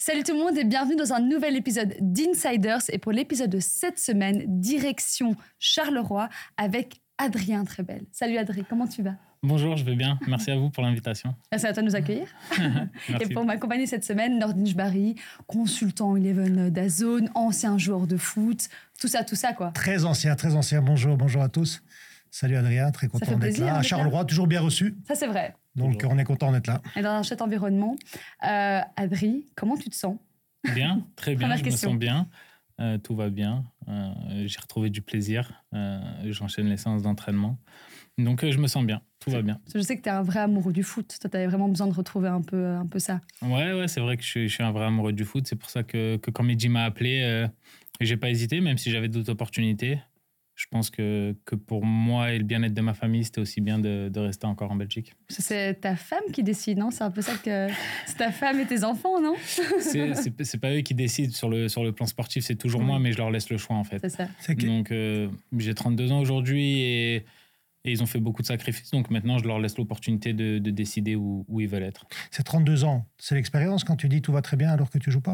Salut tout le monde et bienvenue dans un nouvel épisode d'Insiders. Et pour l'épisode de cette semaine, direction Charleroi avec Adrien Trebel. Salut Adrien, comment tu vas ? Bonjour, je vais bien. Merci à vous pour l'invitation. Merci à toi de nous accueillir. Et pour m'accompagner cette semaine, Nordin Jbari, consultant Eleven d'Azone, ancien joueur de foot, tout ça quoi. Très ancien. Bonjour à tous. Salut Adrien, très content d'être là. À Charleroi, toujours bien reçu. Ça c'est vrai. Donc on est content d'être là. Et dans un chouette environnement. Adrien, comment tu te sens ? Bien, très bien, je question. me sens bien. Tout va bien. J'ai retrouvé du plaisir. J'enchaîne les séances d'entraînement. Donc je me sens bien, tout va bien. Je sais que tu es un vrai amoureux du foot. Toi, tu avais vraiment besoin de retrouver un peu ça. Ouais, c'est vrai que je suis un vrai amoureux du foot. C'est pour ça que quand Mehdi m'a appelé, j'ai pas hésité, même si j'avais d'autres opportunités. Je pense que pour moi et le bien-être de ma famille, c'était aussi bien de rester encore en Belgique. C'est ta femme qui décide, non ? C'est un peu ça que... C'est ta femme et tes enfants, non ? C'est pas eux qui décident sur le plan sportif, c'est toujours moi, mais je leur laisse le choix, en fait. C'est ça. Donc, j'ai 32 ans aujourd'hui et ils ont fait beaucoup de sacrifices. Donc, maintenant, je leur laisse l'opportunité de décider où ils veulent être. C'est 32 ans. C'est l'expérience quand tu dis tout va très bien alors que tu joues pas ?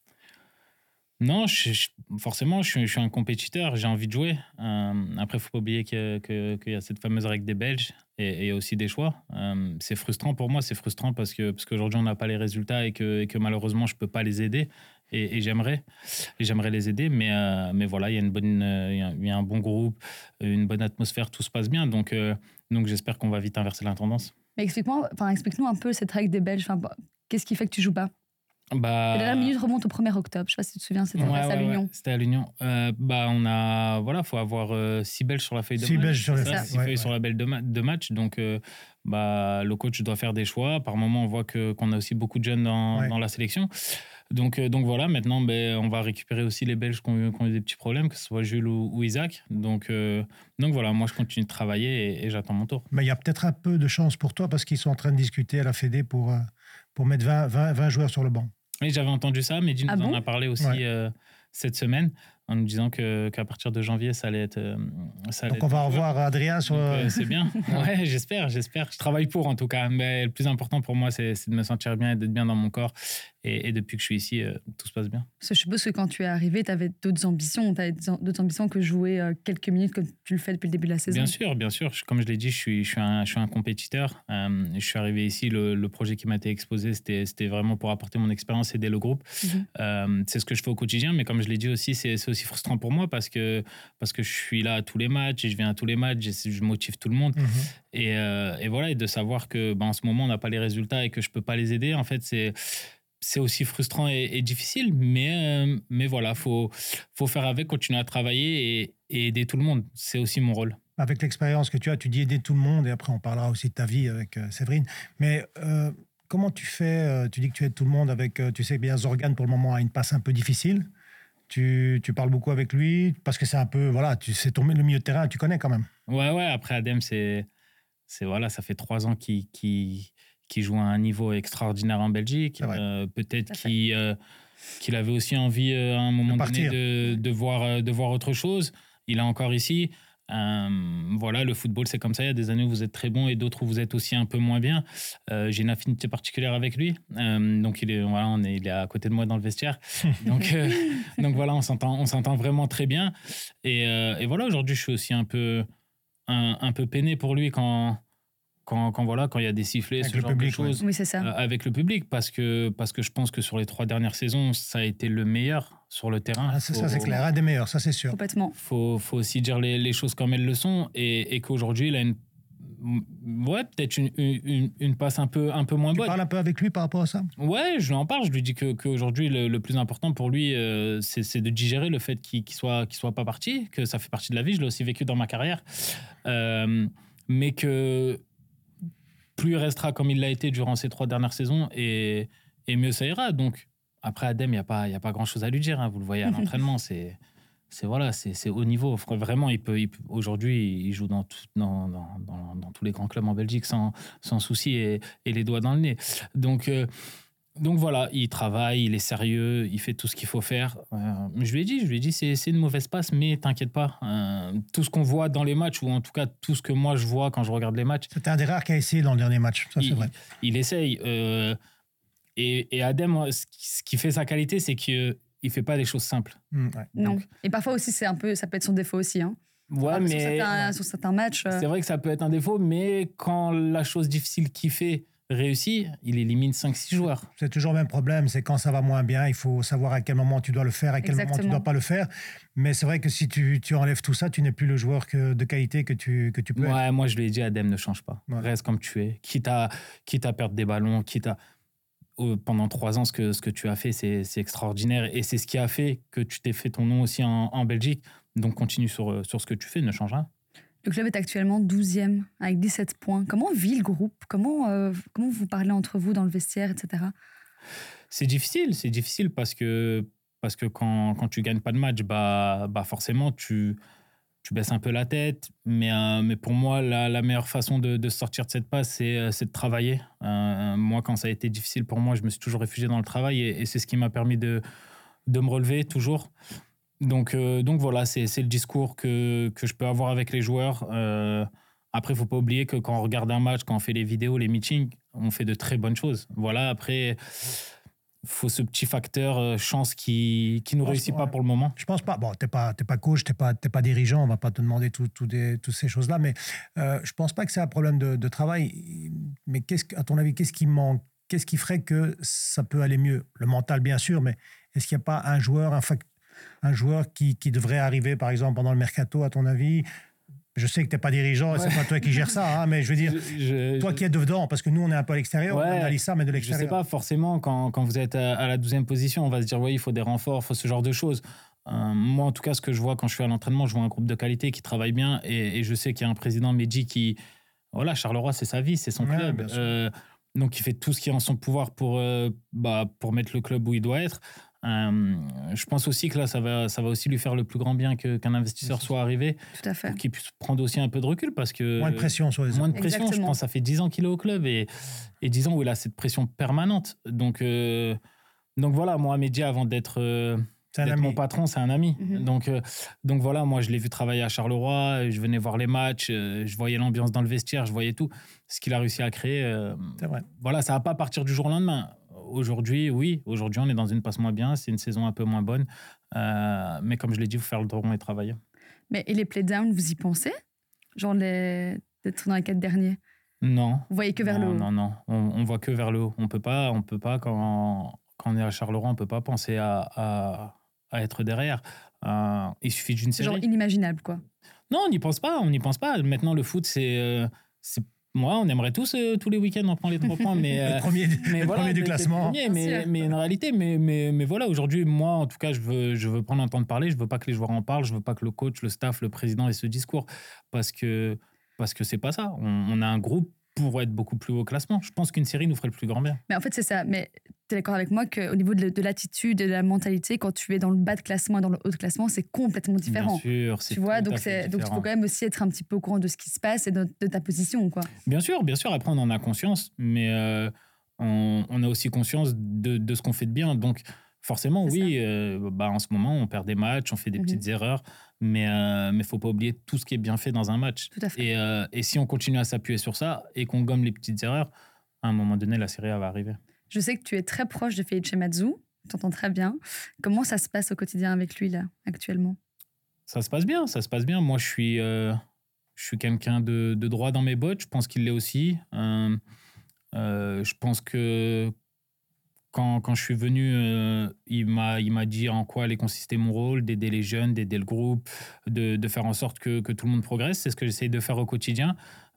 Non, forcément, je suis un compétiteur, j'ai envie de jouer. Après, il ne faut pas oublier qu'il y a cette fameuse règle des Belges et il y a aussi des choix. C'est frustrant pour moi, parce qu'aujourd'hui, on n'a pas les résultats et que malheureusement, je ne peux pas les aider. Et j'aimerais les aider, mais voilà, il y a un bon groupe, une bonne atmosphère, tout se passe bien. Donc j'espère qu'on va vite inverser la tendance. Mais explique-nous un peu cette règle des Belges. Qu'est-ce qui fait que tu ne joues pas ? La dernière minute remonte au 1er octobre. Je ne sais pas si tu te souviens, c'était à l'Union. Ouais, c'était à l'Union. Faut avoir 6 Belges sur la feuille de match. 6 Belges sur la feuille. 6 feuilles sur la belle de match. Donc, le coach doit faire des choix. Par moment, on voit qu'on a aussi beaucoup de jeunes dans la sélection. Donc voilà, maintenant, on va récupérer aussi les Belges qui ont eu des petits problèmes, que ce soit Jules ou Isaac. Donc voilà, moi, je continue de travailler et j'attends mon tour. Mais il y a peut-être un peu de chance pour toi parce qu'ils sont en train de discuter à la Fédé pour mettre 20 joueurs sur le banc. Oui, j'avais entendu ça. Mehdi nous en a parlé aussi cette semaine en nous disant qu'à partir de janvier, ça allait être... Donc on va revoir Adrien sur... C'est bien. Ouais, j'espère. Je travaille pour, en tout cas. Mais le plus important pour moi, c'est de me sentir bien et d'être bien dans mon corps. Et depuis que je suis ici, tout se passe bien. Parce que je suppose que quand tu es arrivé, tu avais d'autres ambitions. Tu avais d'autres ambitions que jouer quelques minutes comme tu le fais depuis le début de la saison. Bien sûr. Comme je l'ai dit, je suis un compétiteur. Je suis arrivé ici, le projet qui m'a été exposé, c'était vraiment pour apporter mon expérience et aider le groupe. C'est ce que je fais au quotidien. Mais comme je l'ai dit aussi, c'est aussi frustrant pour moi parce que je suis là à tous les matchs et je viens à tous les matchs. Je motive tout le monde. Et voilà, et de savoir que en ce moment, on n'a pas les résultats et que je ne peux pas les aider, en fait, c'est aussi frustrant et difficile, mais voilà, faut faire avec, continuer à travailler et aider tout le monde. C'est aussi mon rôle. Avec l'expérience que tu as, tu dis aider tout le monde, et après on parlera aussi de ta vie avec Séverine. Mais comment tu fais ? Tu dis que tu aides tout le monde avec, tu sais bien, Zorgan pour le moment a une passe un peu difficile. Tu parles beaucoup avec lui parce que c'est un peu, voilà, c'est le milieu de terrain, tu connais quand même. Ouais. Après Adem, c'est voilà, ça fait 3 ans qui joue à un niveau extraordinaire en Belgique. Peut-être qu'il avait aussi envie à un moment donné de voir autre chose. Il est encore ici. Voilà, le football, c'est comme ça. Il y a des années où vous êtes très bon et d'autres où vous êtes aussi un peu moins bien. J'ai une affinité particulière avec lui. Donc, il est à côté de moi dans le vestiaire. Donc voilà, on s'entend vraiment très bien. Et voilà, aujourd'hui, je suis aussi un peu peiné pour lui quand il y a des sifflets, avec ce genre de choses, oui, c'est ça. avec le public, parce que je pense que sur les 3 dernières saisons, ça a été le meilleur sur le terrain. Ça, c'est clair, un des meilleurs, ça c'est sûr. Complètement. Faut aussi dire les choses comme elles le sont, et qu'aujourd'hui, il a peut-être une passe un peu moins bonne. Tu parles un peu avec lui par rapport à ça ? Ouais, je lui en parle, je lui dis qu'aujourd'hui, le plus important pour lui, c'est de digérer le fait qu'il soit pas parti, que ça fait partie de la vie, je l'ai aussi vécu dans ma carrière, mais que plus il restera comme il l'a été durant ces 3 dernières saisons et mieux ça ira. Donc, après Adem, il n'y a pas grand-chose à lui dire. Hein. Vous le voyez à l'entraînement, c'est haut niveau. Vraiment, aujourd'hui, il joue dans tous les grands clubs en Belgique sans souci et les doigts dans le nez. Donc voilà, il travaille, il est sérieux, il fait tout ce qu'il faut faire. Je lui ai dit, c'est une mauvaise passe, mais t'inquiète pas. Tout ce qu'on voit dans les matchs, ou en tout cas tout ce que moi je vois quand je regarde les matchs. C'était un des rares qui a essayé dans le dernier match, ça c'est vrai. Il essaye. Et Adem, ce qui fait sa qualité, c'est qu'il ne fait pas des choses simples. Ouais. Non. Donc- Et parfois aussi, ça peut être son défaut aussi. Hein. Ouais, mais Sur certains matchs. c'est vrai que ça peut être un défaut, mais quand la chose difficile qu'il fait réussit, il élimine 5-6 joueurs. C'est toujours le même problème, c'est quand ça va moins bien, il faut savoir à quel moment tu dois le faire, à quel moment tu ne Exactement. dois pas le faire. Mais c'est vrai que si tu enlèves tout ça, tu n'es plus le joueur de qualité que tu peux être. Ouais, moi je lui ai dit, Adem, ne change pas. Ouais. Reste comme tu es. Quitte à perdre des ballons, pendant 3 ans, ce que tu as fait, c'est extraordinaire. Et c'est ce qui a fait que tu t'es fait ton nom aussi en Belgique. Donc continue sur ce que tu fais, ne change rien. Le club est actuellement 12e avec 17 points. Comment vit le groupe ? Comment vous parlez entre vous dans le vestiaire, etc. C'est difficile parce que quand tu gagnes pas de match, bah forcément tu baisses un peu la tête. Mais pour moi, la meilleure façon de sortir de cette passe, c'est de travailler. Moi, quand ça a été difficile pour moi, je me suis toujours réfugié dans le travail et c'est ce qui m'a permis de me relever toujours. Donc voilà, c'est le discours que je peux avoir avec les joueurs. Après, il ne faut pas oublier que quand on regarde un match, quand on fait les vidéos, les meetings, on fait de très bonnes choses. Voilà, après, il faut ce petit facteur chance qui ne nous réussit pas pour le moment. Je pense pas. Bon, t'es pas coach, t'es pas dirigeant. On va pas te demander toutes ces choses-là. Mais je pense pas que c'est un problème de travail. Mais à ton avis, qu'est-ce qui manque ? Qu'est-ce qui ferait que ça peut aller mieux ? Le mental, bien sûr, mais est-ce qu'il n'y a pas un joueur qui devrait arriver, par exemple, pendant le mercato, à ton avis ? Je sais que tu n'es pas dirigeant, c'est pas toi qui gères ça, hein, mais je veux dire, toi qui es dedans, parce que nous, on est un peu à l'extérieur, on analyse ça, mais de l'extérieur. Je sais pas, forcément, quand vous êtes à la 12e position, on va se dire, oui, il faut des renforts, il faut ce genre de choses. Moi, en tout cas, ce que je vois quand je suis à l'entraînement, je vois un groupe de qualité qui travaille bien, et je sais qu'il y a un président, Mehdi, qui... Voilà, Charleroi, c'est sa vie, c'est son club. Donc, il fait tout ce qui est en son pouvoir pour mettre le club où il doit être. Je pense aussi que là, ça va aussi lui faire le plus grand bien qu'un investisseur soit arrivé. Tout à fait. Pour qu'il puisse prendre aussi un peu de recul parce que... Moins de pression sur les autres. Moins de pression, Exactement. je pense que ça fait 10 ans qu'il est au club et 10 ans où il a cette pression permanente. Donc voilà, moi, Mehdi, avant d'être mon patron, c'est un ami. Mm-hmm. Donc voilà, moi, je l'ai vu travailler à Charleroi, je venais voir les matchs, je voyais l'ambiance dans le vestiaire, je voyais tout. Ce qu'il a réussi à créer, c'est vrai. Voilà, ça ne va pas partir du jour au lendemain. Aujourd'hui, on est dans une passe moins bien, c'est une saison un peu moins bonne. Mais comme je l'ai dit, il faut faire le droit et travailler. Mais et les playdowns, vous y pensez ? Genre d'être dans les 4 derniers ? Non. Vous voyez que vers le haut ? Non. On voit que vers le haut. On peut pas quand on est à Charleroi, on peut pas penser à être derrière. Il suffit d'une série. C'est genre inimaginable, quoi. Non, on n'y pense pas. Maintenant, le foot, c'est moi, on aimerait tous les week-ends on prend les 3 points, mais le premier du classement. Mais une réalité, mais voilà, aujourd'hui, moi, en tout cas, je veux prendre un temps de parler. Je veux pas que les joueurs en parlent. Je veux pas que le coach, le staff, le président ait ce discours parce que c'est pas ça. On a un groupe pour être beaucoup plus haut au classement. Je pense qu'une série nous ferait le plus grand bien. Mais en fait, c'est ça. Mais tu es d'accord avec moi qu'au niveau de l'attitude et de la mentalité, quand tu es dans le bas de classement et dans le haut de classement, c'est complètement différent. Bien sûr, c'est tu vois, donc différent. il faut quand même aussi être un petit peu au courant de ce qui se passe et de ta position, quoi. Bien sûr. Après, on en a conscience, mais on a aussi conscience de ce qu'on fait de bien. Donc, forcément, oui, en ce moment, on perd des matchs, on fait des petites erreurs, mais il faut pas oublier tout ce qui est bien fait dans un match. Tout à fait. Et si on continue à s'appuyer sur ça et qu'on gomme les petites erreurs, à un moment donné, la série va arriver. Je sais que tu es très proche de Felice Mazzu, tu t'entends très bien. Comment ça se passe au quotidien avec lui, là, actuellement ? Ça se passe bien. Moi, je suis quelqu'un de droit dans mes bottes. Je pense qu'il l'est aussi. Je pense que quand je suis venu, il m'a dit en quoi allait consister mon rôle, d'aider les jeunes, d'aider le groupe, de faire en sorte que tout le monde progresse. C'est ce que j'essaye de faire au quotidien.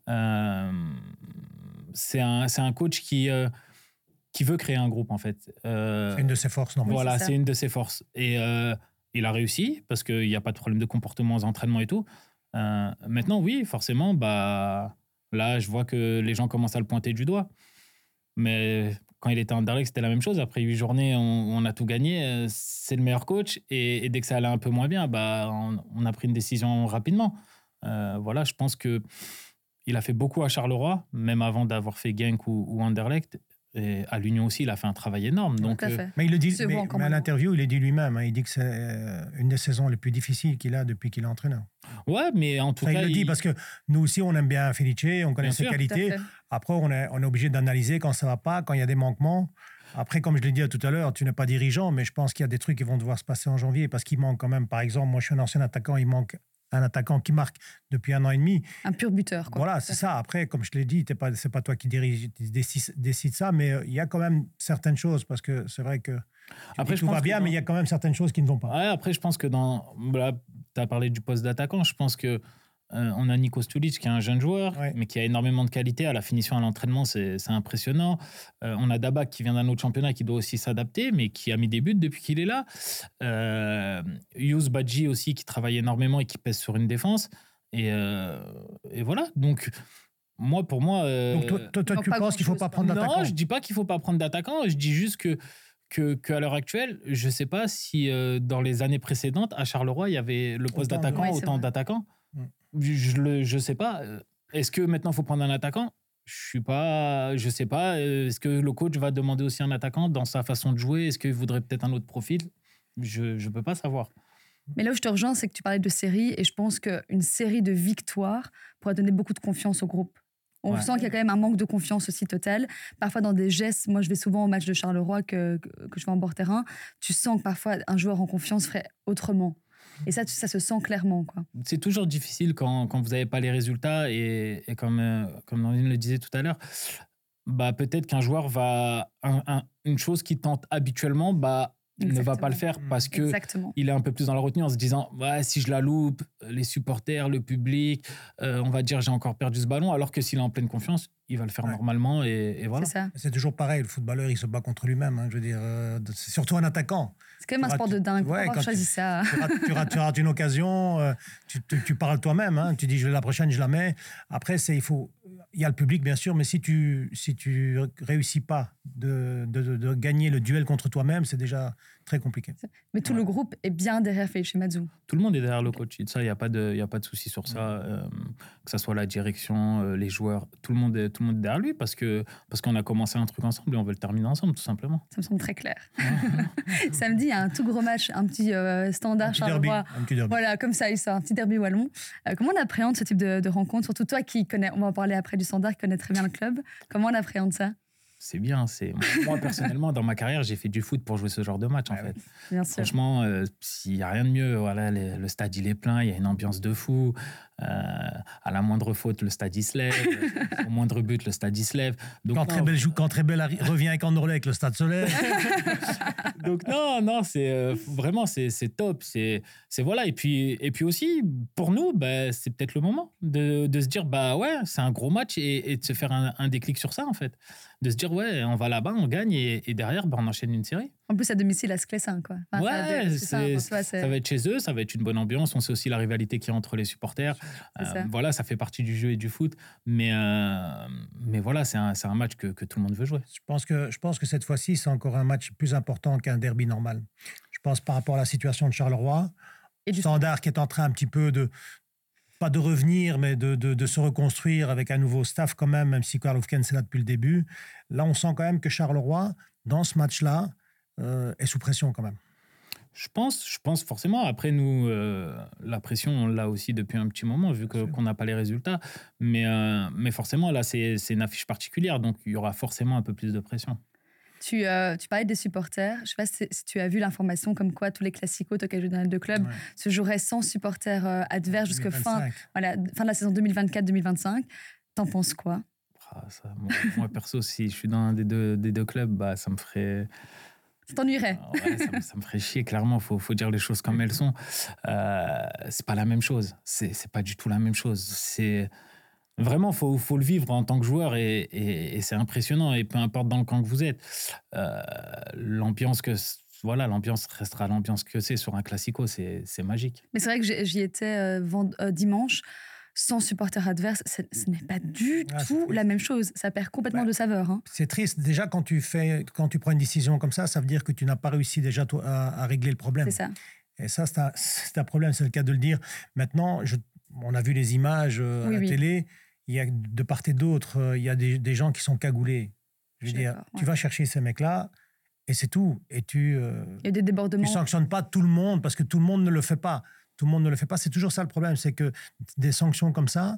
C'est un coach qui veut créer un groupe, en fait. C'est une de ses forces, non ? Voilà, c'est une de ses forces. Et il a réussi parce qu'il n'y a pas de problème de comportement aux entraînements et tout. Maintenant, oui, forcément, là, je vois que les gens commencent à le pointer du doigt. Mais quand il était en Anderlecht, c'était la même chose. Après 8 journées, on a tout gagné. C'est le meilleur coach. Et dès que ça allait un peu moins bien, on a pris une décision rapidement. Voilà, je pense qu'il a fait beaucoup à Charleroi, même avant d'avoir fait Genk ou Anderlecht. Et à l'Union aussi, il a fait un travail énorme. Donc, tout à fait. Mais il le dit, mais à l'interview, il le dit lui-même. Il dit que c'est une des saisons les plus difficiles qu'il a depuis qu'il est entraîneur. Ouais, mais en tout cas... Il le dit parce que nous aussi, on aime bien Felice, on connaît ses qualités. Après, on est obligé d'analyser quand ça ne va pas, quand il y a des manquements. Après, comme je l'ai dit tout à l'heure, tu n'es pas dirigeant, mais je pense qu'il y a des trucs qui vont devoir se passer en janvier parce qu'il manque quand même, par exemple, moi je suis un ancien attaquant, il manque un attaquant qui marque depuis 1 an et demi. Un pur buteur, quoi. Voilà, c'est ça. Après, comme je te l'ai dit, c'est pas toi qui décide ça, mais il y a quand même certaines choses parce que c'est vrai que Après, tout va bien, mais il y a quand même certaines choses qui ne vont pas. Ouais, après, je pense que tu as parlé du poste d'attaquant. Je pense que on a Nico Stulic qui est un jeune joueur, mais qui a énormément de qualité. À la finition, à l'entraînement, c'est impressionnant. On a Dabak qui vient d'un autre championnat qui doit aussi s'adapter, mais qui a mis des buts depuis qu'il est là. Yous Badji aussi qui travaille énormément et qui pèse sur une défense. Et voilà. Donc, pour moi. Donc, toi tu penses qu'il ne faut pas prendre d'attaquant? Non, je ne dis pas qu'il ne faut pas prendre d'attaquant. Je dis juste qu'à l'heure actuelle, je ne sais pas si dans les années précédentes, à Charleroi, il y avait le poste d'attaquant, autant d'attaquants. Je sais pas. Est-ce que maintenant il faut prendre un attaquant? Je sais pas. Est-ce que le coach va demander aussi un attaquant dans sa façon de jouer? Est-ce qu'il voudrait peut-être un autre profil? Je peux pas savoir. Mais là où je te rejoins, c'est que tu parlais de série et je pense qu'une série de victoires pourrait donner beaucoup de confiance au groupe. On sent qu'il y a quand même un manque de confiance aussi total. Parfois, dans des gestes, moi je vais souvent au match de Charleroi que je vais en bord terrain, tu sens que parfois un joueur en confiance ferait autrement. Et ça se sent clairement, quoi. C'est toujours difficile quand vous n'avez pas les résultats et comme Nandine le disait tout à l'heure, peut-être qu'un joueur va... une chose qu'il tente habituellement, ne va pas le faire parce qu'il est un peu plus dans la retenue en se disant si je la loupe, les supporters, le public, on va dire j'ai encore perdu ce ballon, alors que s'il est en pleine confiance, il va le faire normalement et voilà. C'est toujours pareil, le footballeur il se bat contre lui-même, hein, je veux dire, c'est surtout un attaquant. C'est quand même un sport de dingue, pour avoir choisi ça. Tu rates une occasion, tu parles toi-même, hein, tu dis la prochaine je la mets. Après il y a le public bien sûr, mais si tu réussis pas de gagner le duel contre toi-même, c'est déjà très compliqué. Mais tout le groupe est bien derrière Felice Mazou. Tout le monde est derrière le coach. Ça, il y a pas de souci sur ça. Que ça soit la direction, les joueurs, tout le monde est derrière lui parce qu'on a commencé un truc ensemble et on veut le terminer ensemble, tout simplement. Ça me semble très clair. Samedi, il y a un tout gros match, un petit standard Charleroi. Un petit derby. Voilà, comme ça, il sort un petit derby wallon. Comment on appréhende ce type de rencontre? Surtout toi qui connais, on va en parler après du standard, qui connais très bien le club. Comment on appréhende ça? C'est bien. Moi, personnellement, dans ma carrière, j'ai fait du foot pour jouer ce genre de match, en fait. Bien sûr. Franchement, s'il n'y a rien de mieux, voilà, le stade, il est plein, il y a une ambiance de fou. À la moindre faute, le stade, il se lève. Au moindre but, le stade, il se lève. Donc, quand Trebel revient avec Andorlet avec le stade se lève. Donc, non, c'est vraiment, c'est top. C'est voilà. Et puis aussi, pour nous, c'est peut-être le moment de se dire, c'est un gros match et de se faire un déclic sur ça, en fait. De se dire, on va là-bas, on gagne et derrière, on enchaîne une série. En plus, à domicile, à Sclessin, quoi. Enfin, ça va être chez eux, ça va être une bonne ambiance. On sait aussi la rivalité qu'il y a entre les supporters. Voilà, ça fait partie du jeu et du foot. Mais voilà, c'est un match que tout le monde veut jouer. Je pense que cette fois-ci, c'est encore un match plus important qu'un derby normal. Je pense par rapport à la situation de Charleroi, et du Standard qui est en train un petit peu pas de revenir, mais de se reconstruire avec un nouveau staff quand même si Karl Hofkens est là depuis le début. Là, on sent quand même que Charleroi, dans ce match-là, est sous pression quand même. Je pense forcément. Après, nous, la pression, on l'a aussi depuis un petit moment, vu qu'on n'a pas les résultats. Mais forcément, là, c'est une affiche particulière, donc il y aura forcément un peu plus de pression. Tu parlais des supporters. Je ne sais pas si tu as vu l'information comme quoi tous les classicos occasionnels de club se joueraient sans supporters adverses jusqu'à fin de la saison 2024-2025. T'en penses quoi? Moi, perso, si je suis dans un des deux clubs, ça me ferait... Ça t'ennuierait? Ça me ferait chier, clairement. Faut dire les choses comme elles sont. C'est pas la même chose. C'est pas du tout la même chose. C'est... Vraiment, faut le vivre en tant que joueur et c'est impressionnant. Et peu importe dans le camp que vous êtes, l'ambiance restera l'ambiance que c'est sur un classico. C'est magique. Mais c'est vrai que j'y étais dimanche. Sans supporter adverse, ce n'est pas du tout la même chose. Ça perd complètement de saveur. Hein. C'est triste. Déjà, quand tu prends une décision comme ça veut dire que tu n'as pas réussi déjà à régler le problème. C'est ça. Et ça, c'est un problème, c'est le cas de le dire. Maintenant, on a vu les images à la télé. Il y a de part et d'autre, il y a des gens qui sont cagoulés. Je veux dire, tu vas chercher ces mecs-là et c'est tout. Et il y a des débordements. Tu sanctionnes pas tout le monde parce que tout le monde ne le fait pas. tout le monde ne le fait pas. C'est toujours ça le problème, c'est que des sanctions comme ça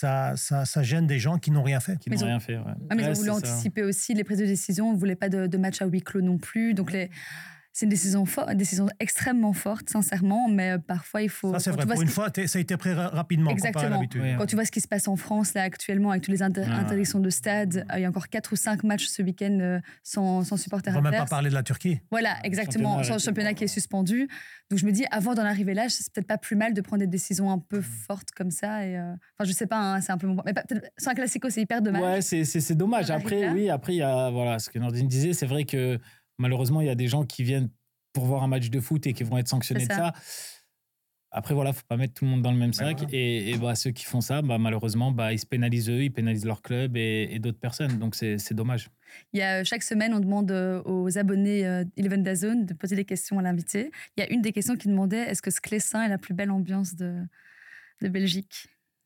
gêne des gens qui n'ont rien fait. Qui n'ont rien fait, ouais. Mais ils Ouais, ont voulu c'est ça. anticiper aussi les prises de décision. On ne voulait pas de match à huis clos non plus. Donc, c'est une décision extrêmement forte, sincèrement, mais parfois il faut... Ça, c'est vrai. Pour une fois, ça a été pris rapidement comparé à l'habitude. Oui, Quand tu vois ce qui se passe en France, là, actuellement, avec toutes les interdictions de stade, il y a encore 4 ou 5 matchs ce week-end sans supporters On ne va même adverses. pas parler de la Turquie. Voilà, exactement. Sans le championnat qui est suspendu. Donc je me dis, avant d'en arriver là, c'est peut-être pas plus mal de prendre des décisions un peu fortes comme ça. Enfin, je sais pas, hein, c'est un peu mon... Mais peut-être, sans un classico, c'est hyper dommage. Ouais, c'est dommage. Après, il y a voilà, ce que Nordine disait, c'est vrai que malheureusement, il y a des gens qui viennent pour voir un match de foot et qui vont être sanctionnés de ça. Après, voilà, faut pas mettre tout le monde dans le même sac. Voilà. Et ceux qui font ça, malheureusement, ils se pénalisent eux, ils pénalisent leur club et d'autres personnes. Donc, c'est dommage. Il y a, chaque semaine, on demande aux abonnés Eleven DAZN de poser des questions à l'invité. Il y a une des questions qui demandait, est-ce que Sclessin est la plus belle ambiance de Belgique?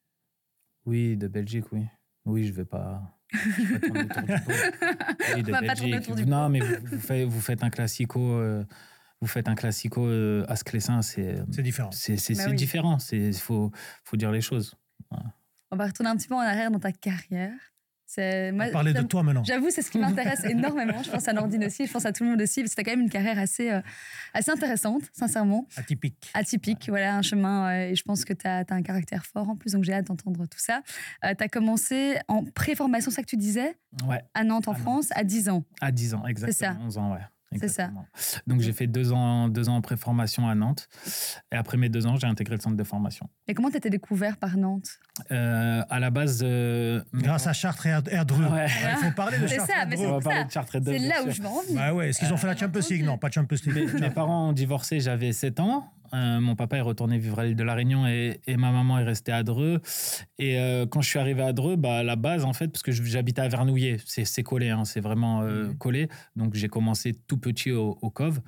Oui, de Belgique, oui. Oui, je vais pas tourner autour du pot. Oui, de On va pas tourner Belgique. autour du Non, mais vous faites un classico... Vous faites un classico à Sclessin, c'est différent. C'est oui. différent. Il faut dire les choses. Voilà. On va retourner un petit peu en arrière dans ta carrière. On va parler de toi maintenant. J'avoue, c'est ce qui m'intéresse énormément. Je pense à Nordine aussi, je pense à tout le monde aussi, parce que tu as quand même une carrière assez intéressante, sincèrement. Atypique, voilà, un chemin. Et je pense que tu as un caractère fort en plus, donc j'ai hâte d'entendre tout ça. Tu as commencé en pré-formation, c'est ça que tu disais? Ouais. À Nantes, en France, à 10 ans. À 10 ans, exactement. C'est ça. 11 ans, ouais. C'est ça. Donc, j'ai fait 2 ans en pré-formation à Nantes. Et après mes 2 ans, j'ai intégré le centre de formation. Et comment tu étais découvert par Nantes? À la base... Grâce à Chartres et Erdreux. Ouais. Il faut parler de Chartres et Erdreux. On va parler de Chartres et Erdreux. C'est là où je veux en venir. Bah ouais, est-ce qu'ils ont fait la Champions League? Non, pas de Champions League. Mes parents ont divorcé, j'avais 7 ans. Mon papa est retourné vivre à l'île de la Réunion et ma maman est restée à Dreux. Et quand je suis arrivé à Dreux, à la base, en fait, parce que j'habitais à Vernouillet, c'est collé, hein, c'est vraiment collé. Donc, j'ai commencé tout petit au COV.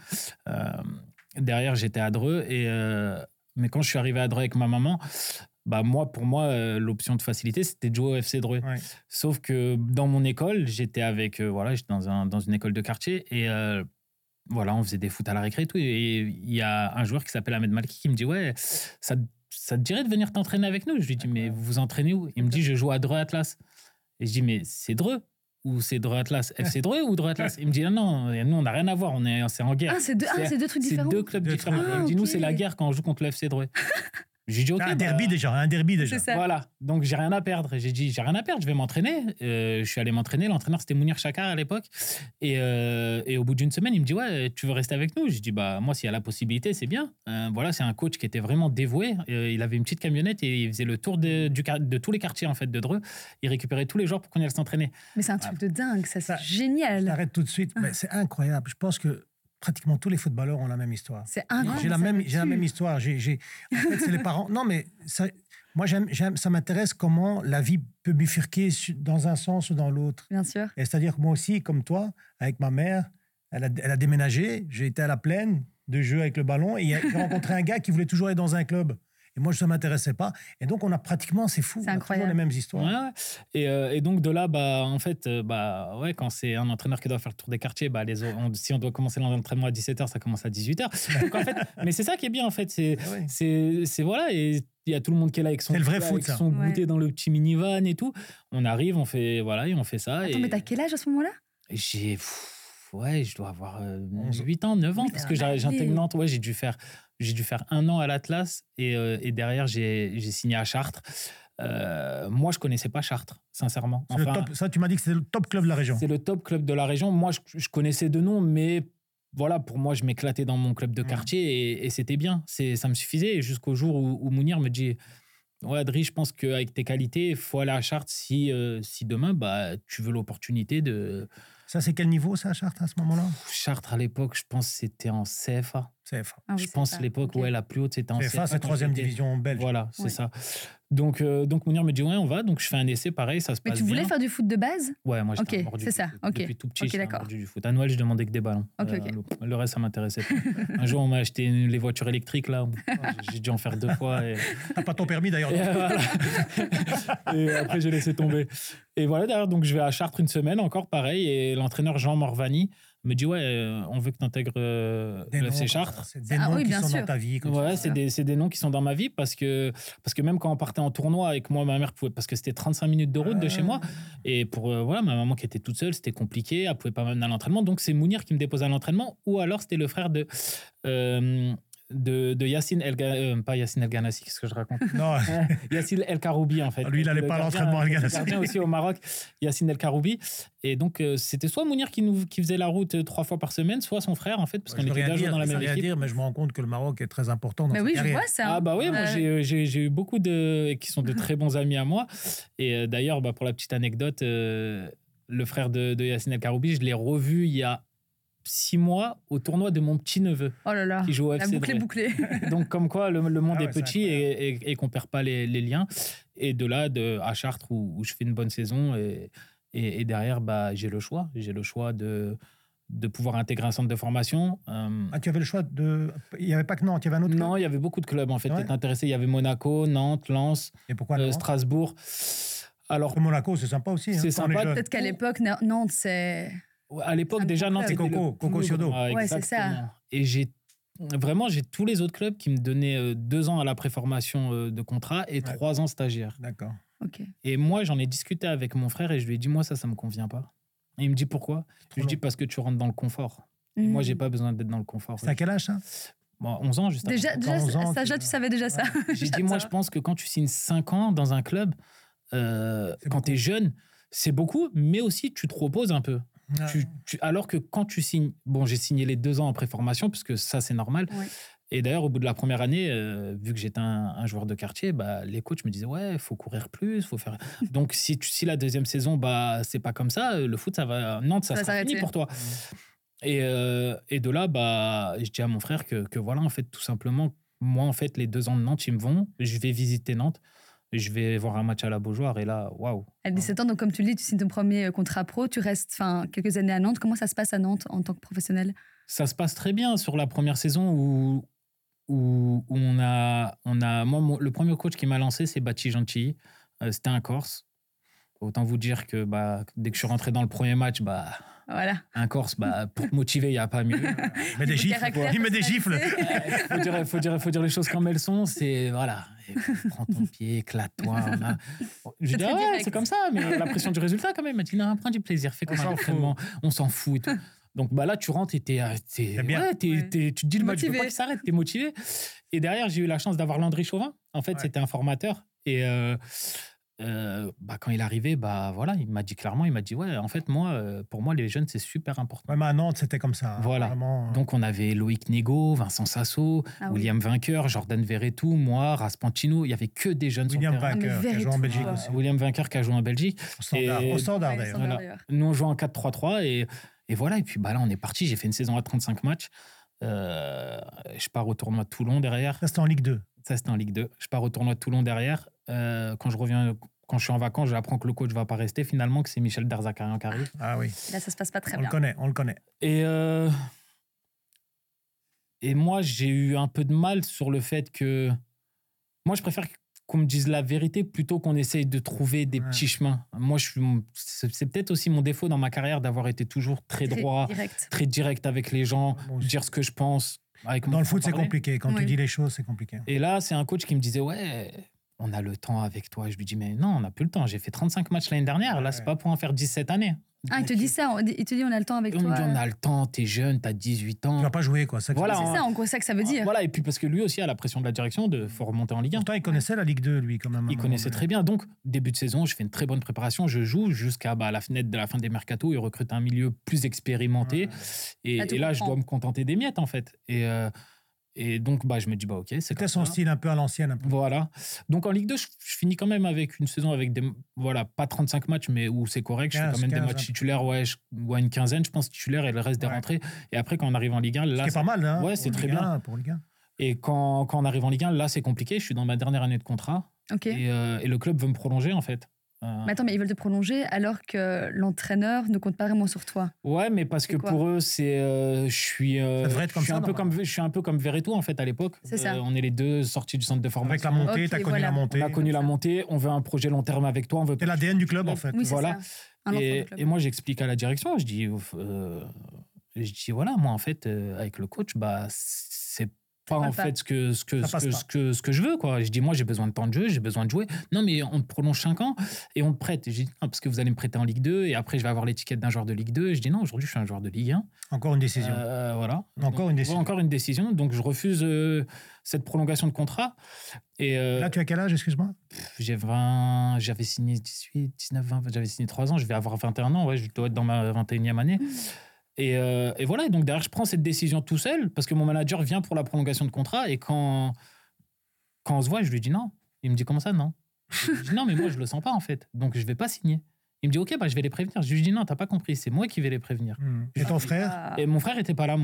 Derrière, j'étais à Dreux. Mais quand je suis arrivé à Dreux avec ma maman, pour moi, l'option de facilité, c'était de jouer au FC Dreux. Ouais. Sauf que dans mon école, j'étais j'étais dans une école de quartier et... on faisait des foot à la récré et tout. Et il y a un joueur qui s'appelle Ahmed Malki qui me dit, ouais, ça te dirait de venir t'entraîner avec nous? Je lui dis, mais vous vous entraînez où? Il me dit, je joue à Dreux Atlas. Et je dis, mais c'est Dreux ou c'est Dreux Atlas? FC Dreux ou Dreux Atlas? Il me dit, non, nous, on n'a rien à voir, c'est en guerre. C'est deux trucs différents. C'est 2 clubs différents. Il me dit, nous, c'est la guerre quand on joue contre le FC Dreux. J'ai dit, OK. Un derby déjà. C'est ça. Voilà. Donc, j'ai rien à perdre. J'ai dit, j'ai rien à perdre, je vais m'entraîner. Je suis allé m'entraîner. L'entraîneur, c'était Mounir Chakar à l'époque. Et au bout d'une semaine, il me dit, ouais, tu veux rester avec nous? J'ai dit, moi, s'il y a la possibilité, c'est bien. C'est un coach qui était vraiment dévoué. Il avait une petite camionnette et il faisait le tour de tous les quartiers, en fait, de Dreux. Il récupérait tous les jours pour qu'on aille s'entraîner. Mais c'est un truc de dingue, ça, c'est génial. J'arrête tout de suite. C'est incroyable. Je pense que pratiquement tous les footballeurs ont la même histoire. C'est incroyable. J'ai la même histoire. En fait, c'est les parents. Non, mais moi, ça m'intéresse comment la vie peut bifurquer dans un sens ou dans l'autre. Bien sûr. C'est-à-dire que moi aussi, comme toi, avec ma mère, elle a déménagé. J'ai été à la plaine de jeu avec le ballon et j'ai rencontré un gars qui voulait toujours aller dans un club. Et moi, ça ne m'intéressait pas. Et donc, on a pratiquement, c'est fou, c'est on a incroyable. toujours les mêmes histoires. Ouais. Et donc, de là, en fait, quand c'est un entraîneur qui doit faire le tour des quartiers, si on doit commencer l'entraînement à 17h, ça commence à 18h. Donc, en fait, mais c'est ça qui est bien, en fait. C'est voilà. Et il y a tout le monde qui est là avec son, goûter dans le petit minivan et tout. On arrive, on fait, et on fait ça. Attends, mais t'as quel âge à ce moment-là? Je dois avoir 8 ans, 9 ans, parce que j'intègre Nantes. Ouais, j'ai dû faire 1 an à l'Atlas et derrière, j'ai signé à Chartres. Moi, je ne connaissais pas Chartres, sincèrement. Ça, tu m'as dit que c'était le top club de la région. C'est le top club de la région. Moi, je connaissais de nom, mais voilà, pour moi, je m'éclatais dans mon club de quartier et c'était bien. Ça me suffisait jusqu'au jour où Mounir me dit... Ouais, Adri, je pense qu'avec tes qualités, il faut aller à Chartres si demain, tu veux l'opportunité de... Ça, c'est quel niveau, ça, à Chartres, à ce moment-là? Chartres, à l'époque, je pense que c'était en CFA. Je pense à l'époque, la plus haute, c'était en CFA. CFA, c'est 3e division belge. Voilà, c'est ça. Donc Mounir me dit, ouais, on va. Donc, je fais un essai, pareil, ça se passe bien. Mais tu voulais faire du foot de base? Ouais, moi, j'étais mordu c'est ça. Depuis tout petit, j'étais mordu du foot. À Noël, je demandais que des ballons. Le reste, ça m'intéressait pas. Un jour, on m'a acheté les voitures électriques, là. J'ai dû en faire 2 fois. T'as pas ton permis, d'ailleurs. Et après, j'ai laissé tomber. Et voilà, d'ailleurs, donc je vais à Chartres une semaine, encore pareil. Et l'entraîneur Jean Morvani me dit, ouais, on veut que tu intègres le FC Chartres. C'est des noms qui bien sont sûr. dans ta vie. Ouais, c'est des noms qui sont dans ma vie parce que même quand on partait en tournoi et que moi, ma mère pouvait, parce que c'était 35 minutes de route de chez moi, et pour voilà, ma maman qui était toute seule, c'était compliqué, elle pouvait pas m'amener à l'entraînement, donc c'est Mounir qui me déposait à l'entraînement, ou alors c'était le frère de Yacine pas Yacine El Ghanassi, qu'est-ce que je raconte? Non, Yacine El Karoubi, en fait. lui, il n'allait pas à l'entraînement El Ghanassi. Le gardien aussi au Maroc, Yacine El Karoubi. Et donc, c'était soit Mounir qui faisait la route 3 fois par semaine, soit son frère, en fait, parce qu'on était déjà joués dans la même équipe. dire, mais je me rends compte que le Maroc est très important dans Mais sa oui, je carrière. vois ça. Ah bah oui, moi j'ai eu beaucoup qui sont de très bons amis à moi. Et d'ailleurs, pour la petite anecdote, le frère de Yacine El Karoubi, je l'ai revu il y a 6 mois au tournoi de mon petit-neveu Oh là là, qui joue au la FC boucle est Dre. bouclée. Donc comme quoi le monde Ah ouais, est c'est petit et qu'on perd pas les liens. Et de là, à Chartres où je fais une bonne saison et derrière, j'ai le choix. J'ai le choix de pouvoir intégrer un centre de formation. Ah, tu avais le choix de... Il n'y avait pas que Nantes, il y avait un autre Non, club. il y avait beaucoup de clubs en fait qui Ouais. étaient intéressés. Il y avait Monaco, Nantes, Lens, Et pourquoi Nantes Strasbourg. Alors, Monaco, c'est sympa aussi. C'est quand on est sympa. jeune. Peut-être qu'à l'époque, Nantes, c'est... à l'époque, Un déjà, bon Nantes, club. c'était Coco Ciodo. Ouais, c'est ça. exactement. Et j'ai tous les autres clubs qui me donnaient 2 ans à la préformation de contrat et 3 ans stagiaire. D'accord. Ok. Et moi, j'en ai discuté avec mon frère et je lui ai dit, moi, ça me convient pas. Et il me dit, pourquoi? Je lui dis, parce que tu rentres dans le confort. Et moi, j'ai pas besoin d'être dans le confort. C'est à quel âge, ça? Bon, 11 ans, juste Déjà, avant. 11 ans, ça, tu savais déjà ça. J'ai dit, moi, je pense que quand tu signes 5 ans dans un club, quand tu es jeune, c'est beaucoup, mais aussi tu te reposes un peu. Alors que quand tu signes... Bon, j'ai signé les 2 ans en préformation, parce que ça, c'est normal. Ouais. Et d'ailleurs, au bout de la première année, vu que j'étais un joueur de quartier, les coachs me disaient, ouais, il faut courir plus, faut faire... Donc, si la deuxième saison, c'est pas comme ça, le foot, ça va... Nantes, ça sera fini pour toi. Et de là, je dis à mon frère que voilà, en fait, tout simplement, moi, en fait, les 2 ans de Nantes, ils me vont. Je vais visiter Nantes. Je vais voir un match à la Beaujoire et là, waouh. À 17 ans, donc comme tu le dis, tu signes ton premier contrat pro, tu restes quelques années à Nantes. Comment ça se passe à Nantes en tant que professionnel? Ça se passe très bien sur la première saison où on a moi, le premier coach qui m'a lancé, c'est Bati Gentilly. C'était un Corse. Autant vous dire que dès que je suis rentré dans le premier match, Voilà. un Corse, pour te motiver, il n'y a pas mieux. Il met des gifles. Il met des gifles. Faut dire les choses comme elles sont. C'est voilà, prends ton pied, éclate-toi. Je dis c'est comme ça, mais la pression du résultat quand même. Il m'a dit non, prends du plaisir, fais comme un entraînement, on s'en fout et tout. Donc là, tu rentres et tu te dis le match, je veux pas qu'il s'arrête, t'es motivé. Et derrière, j'ai eu la chance d'avoir Landry Chauvin. En fait, c'était un formateur et quand il est arrivé, voilà, il m'a dit clairement, il m'a dit ouais, en fait pour moi les jeunes c'est super important. Ouais, mais à Nantes c'était comme ça. Voilà. Vraiment, Donc on avait Loïc Négo, Vincent Sasso, William Vainqueur, Jordan Verretou, moi, Raspantino. Il y avait que des jeunes. William Vainqueur qui a joué en Belgique aussi. William Vainqueur qui a joué en Belgique. Au standard d'ailleurs. Voilà. Nous on joue en 4-3-3 et voilà. Et puis là on est parti. J'ai fait une saison à 35 matchs. Je pars au tournoi de Toulon derrière. Ça c'était en Ligue 2. Ça c'était en Ligue 2. Je pars au tournoi de Toulon derrière. Quand je suis en vacances, j'apprends que le coach va pas rester finalement, que c'est Michel Derzakarian qui arrive. Ah oui. Là, ça se passe pas très bien. On le connaît. Et moi, j'ai eu un peu de mal sur le fait que... Moi, je préfère qu'on me dise la vérité plutôt qu'on essaye de trouver des petits chemins. Moi, c'est peut-être aussi mon défaut dans ma carrière d'avoir été toujours très droit, très direct avec les gens, dire ce que je pense. Dans le foot, c'est compliqué. Quand tu dis les choses, c'est compliqué. Et là, c'est un coach qui me disait, ouais, on a le temps avec toi. Je lui dis, mais non, on n'a plus le temps. J'ai fait 35 matchs l'année dernière. Là, c'est pas pour en faire 17 années. Ah, il te dit ça. Il te dit, on a le temps avec toi. On me dit, on a le temps, t'es jeune, t'as 18 ans. Tu vas pas jouer, quoi. Voilà, c'est ça, en gros, ça que ça veut dire. Voilà, et puis parce que lui aussi a la pression de la direction de faut remonter en Ligue 1. Pourtant, il connaissait la Ligue 2, lui, quand même. Il connaissait très bien. Donc, début de saison, je fais une très bonne préparation. Je joue jusqu'à la fenêtre de la fin des mercatos. Il recrute un milieu plus expérimenté. Et là, je dois me contenter des miettes, en fait. Et donc, je me dis, ok, c'est C'était son style un peu à l'ancienne. Un peu. Voilà. Donc, en Ligue 2, je finis quand même avec une saison avec pas 35 matchs, mais où c'est correct. 15, je fais quand même des matchs titulaires, une quinzaine, je pense, titulaires, et le reste des rentrées. Et après, quand on arrive en Ligue 1, là. C'est pas mal, hein. Ouais, c'est très bien. Pour Ligue 1. Et quand on arrive en Ligue 1, là, c'est compliqué. Je suis dans ma dernière année de contrat. Okay. Et le club veut me prolonger, en fait. Mais attends, mais ils veulent te prolonger alors que l'entraîneur ne compte pas vraiment sur toi. Ouais, mais parce que pour eux, je suis un peu comme Verretou en fait à l'époque. C'est ça. On est les deux sortis du centre de formation. Avec la montée, t'as connu la montée. On a connu la montée. On veut un projet long terme avec toi. C'est l'ADN du club en fait. Oui, voilà. Ça. Et moi, j'explique à la direction. Je dis, Et je dis, voilà, moi, en fait, avec le coach, bah, c'est pas en fait ce que je veux, quoi. Je dis, moi, j'ai besoin de temps de jeu, j'ai besoin de jouer. Non, mais on te prolonge 5 ans et on te prête. Je dis, non, parce que vous allez me prêter en Ligue 2 et après, je vais avoir l'étiquette d'un joueur de Ligue 2. Et je dis, non, aujourd'hui, je suis un joueur de Ligue 1. Encore une décision. Voilà. Encore une décision. Encore une décision. Donc, je refuse cette prolongation de contrat. Et, là, tu as quel âge, excuse-moi? J'avais signé 18, 19, 20, j'avais signé 3 ans, je vais avoir 21 ans, ouais, je dois être dans ma 21e année. Et voilà, et donc derrière, je prends cette décision tout seul parce que mon manager vient pour la prolongation de contrat et quand on se voit, je lui dis non. Il me dit, comment ça, non? Je dis non, mais moi, je le sens pas en fait, donc je vais pas signer. Il me dit, ok, bah, je vais les prévenir. Je lui dis non, t'as pas compris, c'est moi qui vais les prévenir. Et ton frère? Et mon frère était pas là,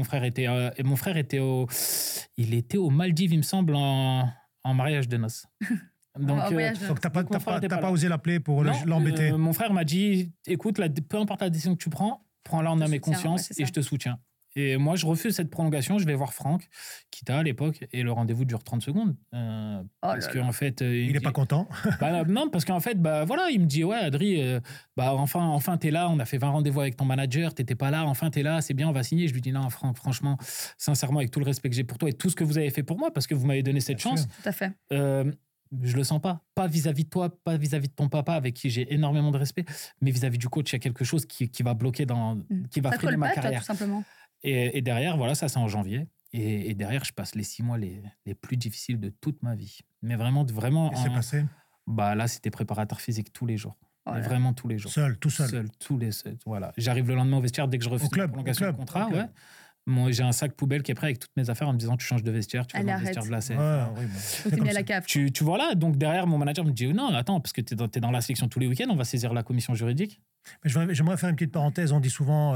il était aux Maldives, il me semble, en mariage de noces. Donc t'as pas osé l'appeler pour l'embêter? Mon frère m'a dit, écoute, peu importe la décision que tu prends-la en âme et conscience et je te soutiens. Et moi, je refuse cette prolongation. Je vais voir Franck, Kita à l'époque, et le rendez-vous dure 30 secondes. Parce qu'en fait. Il n'est pas content. Non, parce qu'en fait, voilà, il me dit, ouais, Adri, enfin, t'es là. On a fait 20 rendez-vous avec ton manager. T'étais pas là. Enfin, t'es là. C'est bien, on va signer. Je lui dis, non, Franck, franchement, sincèrement, avec tout le respect que j'ai pour toi et tout ce que vous avez fait pour moi, parce que vous m'avez donné cette chance. Tout à fait. Je le sens pas vis-à-vis de toi, pas vis-à-vis de ton papa avec qui j'ai énormément de respect, mais vis-à-vis du coach, il y a quelque chose qui va bloquer qui va freiner ma carrière. Tout simplement. Et derrière, voilà, ça c'est en janvier. Et derrière, je passe les 6 mois les plus difficiles de toute ma vie. Mais vraiment. Qu'est-ce qui s'est passé? Là, c'était préparateur physique tous les jours. Vraiment tous les jours. Tout seul. Voilà. J'arrive le lendemain au vestiaire dès que je refuse la prolongation de contrat. Ouais. Moi, j'ai un sac poubelle qui est prêt avec toutes mes affaires en me disant tu changes de vestiaire, tu vas dans le vestiaire de la CF. Tu mets la cave. Tu vois là, donc derrière, mon manager me dit non, attends, parce que tu es dans la sélection tous les week-ends, on va saisir la commission juridique. Mais j'aimerais faire une petite parenthèse. On dit souvent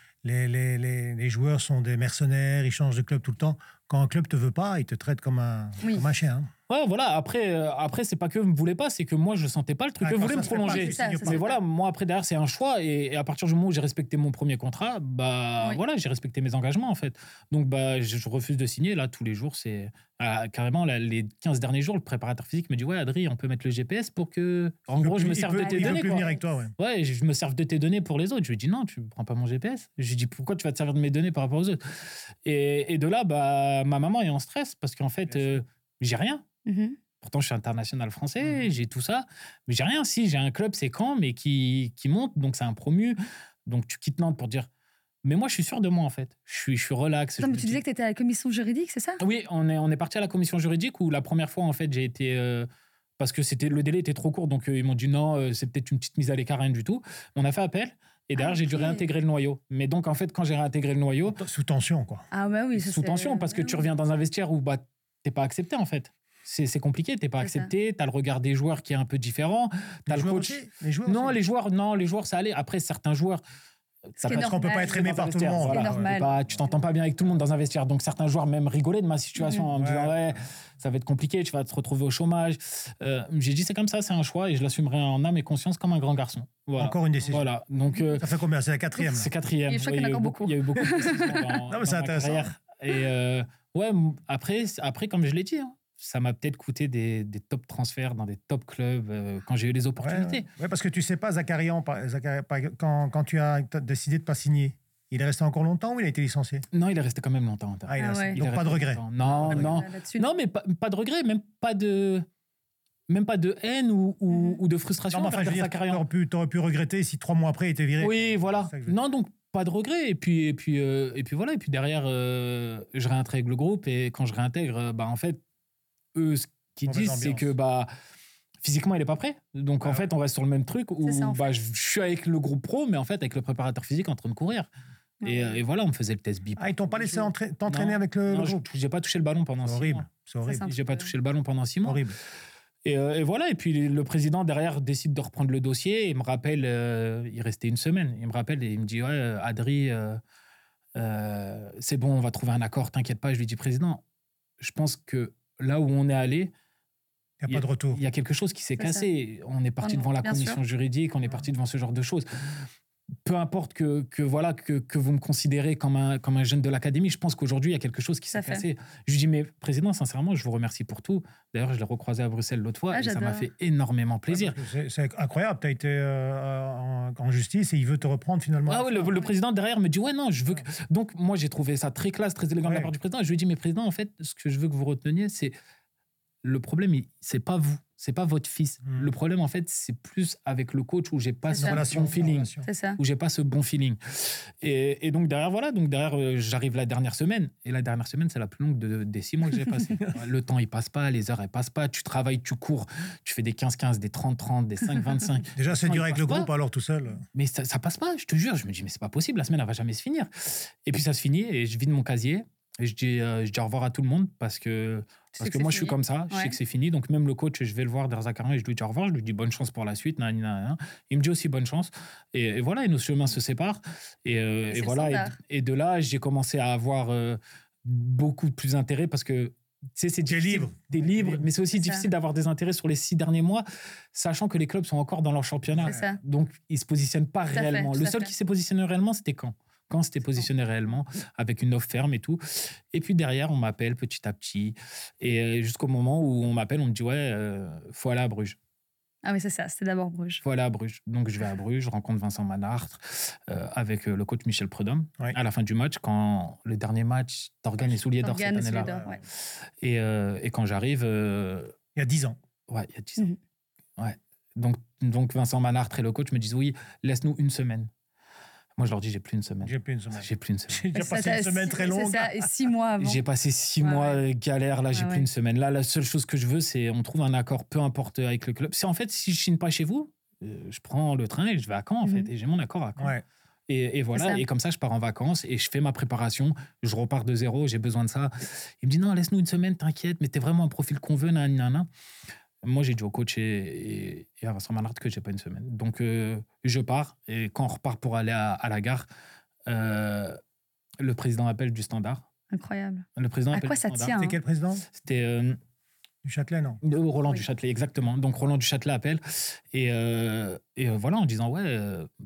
les joueurs sont des mercenaires, ils changent de club tout le temps. Quand un club te veut pas, il te traite comme un chien. Hein. Ouais, voilà. Après, c'est pas que me voulait pas, c'est que moi, je sentais pas le truc. Je voulais me prolonger. Mais voilà, moi, après, derrière, c'est un choix. Et à partir du moment où j'ai respecté mon premier contrat, voilà, j'ai respecté mes engagements, en fait. Donc, je refuse de signer. Là, tous les jours, c'est carrément les 15 derniers jours, le préparateur physique me dit ouais, Adri, on peut mettre le GPS pour que. En gros, je me serve de tes données. Il veut venir avec toi, ouais, je me serve de tes données pour les autres. Je lui dis non, tu prends pas mon GPS. Je lui dis pourquoi tu vas te servir de mes données par rapport aux autres. Et de là, ma maman est en stress parce qu'en fait, j'ai rien. Pourtant, je suis international français, j'ai tout ça. Mais j'ai rien. Si, j'ai un club, c'est Caen, mais qui monte. Donc, c'est un promu. Donc, tu quittes Nantes pour dire. Mais moi, je suis sûr de moi, en fait. Je suis relax. Non, mais tu disais que tu étais à la commission juridique, c'est ça? Oui, on est parti à la commission juridique où la première fois, en fait, j'ai été. Parce que le délai était trop court. Donc, ils m'ont dit non, c'est peut-être une petite mise à l'écart, rien du tout. On a fait appel. Et derrière, j'ai dû réintégrer le noyau. Mais donc, en fait, quand j'ai réintégré le noyau. Sous tension, quoi. Ah, bah oui. Sous tension, parce que tu reviens dans un vestiaire où t'es pas accepté, en fait. C'est compliqué, t'es pas accepté, t'as le regard des joueurs qui est un peu différent, t'as le coach. Les joueurs non, les joueurs, ça allait. Après, certains joueurs. Parce qu'on peut pas être aimé par tout le monde. Voilà. C'est normal. Tu t'entends pas bien avec tout le monde dans un vestiaire. Donc, certains joueurs même rigolaient de ma situation en me disant ouais, ça va être compliqué, tu vas te retrouver au chômage. J'ai dit c'est comme ça, c'est un choix et je l'assumerai en âme et conscience comme un grand garçon. Voilà. Encore une décision. Voilà. Donc, ça fait combien? C'est la 4e. C'est 4e. Je crois qu'il y en a encore beaucoup. Il y a eu beaucoup de décisions dans c'est ma intéressant. carrière. Et après, comme je l'ai dit, ça m'a peut-être coûté des top transferts dans des top clubs quand j'ai eu les opportunités. Ouais, parce que tu sais pas, Zakarian, quand tu as décidé de pas signer, il est resté encore longtemps ou il a été licencié? Non, il est resté quand même longtemps. Donc pas de regret. Non, mais pas de regret, même pas de haine ou de frustration. Non, enfin, je veux dire, t'aurais pu regretter si 3 mois après il était viré. Oui, voilà. Non, donc pas de regret. Et puis voilà. Et puis derrière, je réintègre le groupe et quand je réintègre, en fait, eux, ce qu'ils disent, c'est que physiquement, il n'est pas prêt. Donc, en fait, on reste sur le même truc où je suis avec le groupe pro, mais en fait, avec le préparateur physique en train de courir. Et voilà, on me faisait le test bip. Ah, ils t'ont pas laissé t'entraîner avec le groupe? J'ai pas touché le ballon pendant 6 mois. C'est horrible. J'ai pas touché le ballon pendant 6 mois. Horrible. Et voilà, et puis le président derrière décide de reprendre le dossier. Il me rappelle, il restait 1 semaine. Il me rappelle et il me dit ouais, Adri, c'est bon, on va trouver un accord, t'inquiète pas. Je lui dis président, je pense que là où on est allé, il n'y a pas de retour. Il y a quelque chose qui s'est cassé. On est parti devant la commission juridique, on est parti devant ce genre de choses. peu importe voilà, que vous me considérez comme un jeune de l'académie, je pense qu'aujourd'hui, il y a quelque chose qui s'est passé. Je lui dis, mais président, sincèrement, je vous remercie pour tout. D'ailleurs, je l'ai recroisé à Bruxelles l'autre fois et ça m'a fait énormément plaisir. C'est incroyable. Tu as été en justice et il veut te reprendre finalement. Ah oui, le président derrière me dit, ouais, non, je veux que... Donc, moi, j'ai trouvé ça très classe, très élégant de la part du président. Et je lui ai dit, mais président, en fait, ce que je veux que vous reteniez, c'est le problème, c'est pas vous. C'est pas votre fils. Le problème, en fait, c'est plus avec le coach où j'ai pas ce bon feeling. Où j'ai pas ce bon feeling. Et donc, derrière, voilà. Donc, derrière, j'arrive la dernière semaine. Et la dernière semaine, c'est la plus longue des 6 mois que j'ai passé. Le temps, il passe pas. Les heures, elles passent pas. Tu travailles, tu cours. Tu fais des 15-15, des 30-30, des 5-25. Déjà, c'est dur avec le groupe, alors tout seul. Mais ça passe pas, je te jure. Je me dis, mais c'est pas possible. La semaine, elle va jamais se finir. Et puis, ça se finit. Et je vide mon casier. Et je dis au revoir à tout le monde parce que moi, je suis comme ça. Je sais que c'est fini. Donc, même le coach, je vais le voir dans Zakarin et je lui dis au revoir. Je lui dis bonne chance pour la suite. Il me dit aussi bonne chance. Et voilà, et nos chemins se séparent. Et voilà. Et de là, j'ai commencé à avoir beaucoup plus d'intérêt parce que tu sais, c'est difficile. T'es libre, mais c'est aussi difficile d'avoir des intérêts sur les 6 derniers mois, sachant que les clubs sont encore dans leur championnat. Donc, ils ne se positionnent pas réellement. Le seul qui s'est positionné réellement, c'était quand c'était positionné réellement, avec une offre ferme et tout. Et puis derrière, on m'appelle petit à petit. Et jusqu'au moment où on m'appelle, on me dit, ouais, faut aller à Bruges. Ah oui, c'est ça, c'était d'abord Bruges. Faut aller à Bruges. Donc je vais à Bruges, je rencontre Vincent Manhart avec le coach Michel Prudhomme. À la fin du match, quand le dernier match, Torgan et Soulier d'Or cette année-là. Et quand j'arrive... il y a 10 ans. Ouais, il y a 10 ans. Ouais. Donc Vincent Manhart et le coach me disent, oui, laisse-nous une semaine. Moi, je leur dis, j'ai plus une semaine. J'ai plus une semaine. J'ai déjà passé une semaine très longue. C'est ça, et 6 mois avant. J'ai passé 6 mois galère. Là, j'ai plus une semaine. Là, la seule chose que je veux, c'est on trouve un accord, peu importe avec le club. C'est en fait, si je signe pas chez vous, je prends le train et je vais à Caen, en fait. Et j'ai mon accord à Caen. Et voilà. Et comme ça, je pars en vacances et je fais ma préparation. Je repars de zéro. J'ai besoin de ça. Il me dit, non, laisse-nous une semaine, t'inquiète, mais t'es vraiment un profil qu'on veut, nanana. Moi, j'ai dit au coach et à Vincent Manhart que j'ai pas une semaine. Donc, je pars. Et quand on repart pour aller à la gare, le président appelle du Standard. Incroyable. Le président à quoi ça tient? C'était quel président? C'était... du Châtelet, non? Roland du Châtelet, exactement. Donc, Roland du Châtelet appelle. Et voilà, en disant, ouais,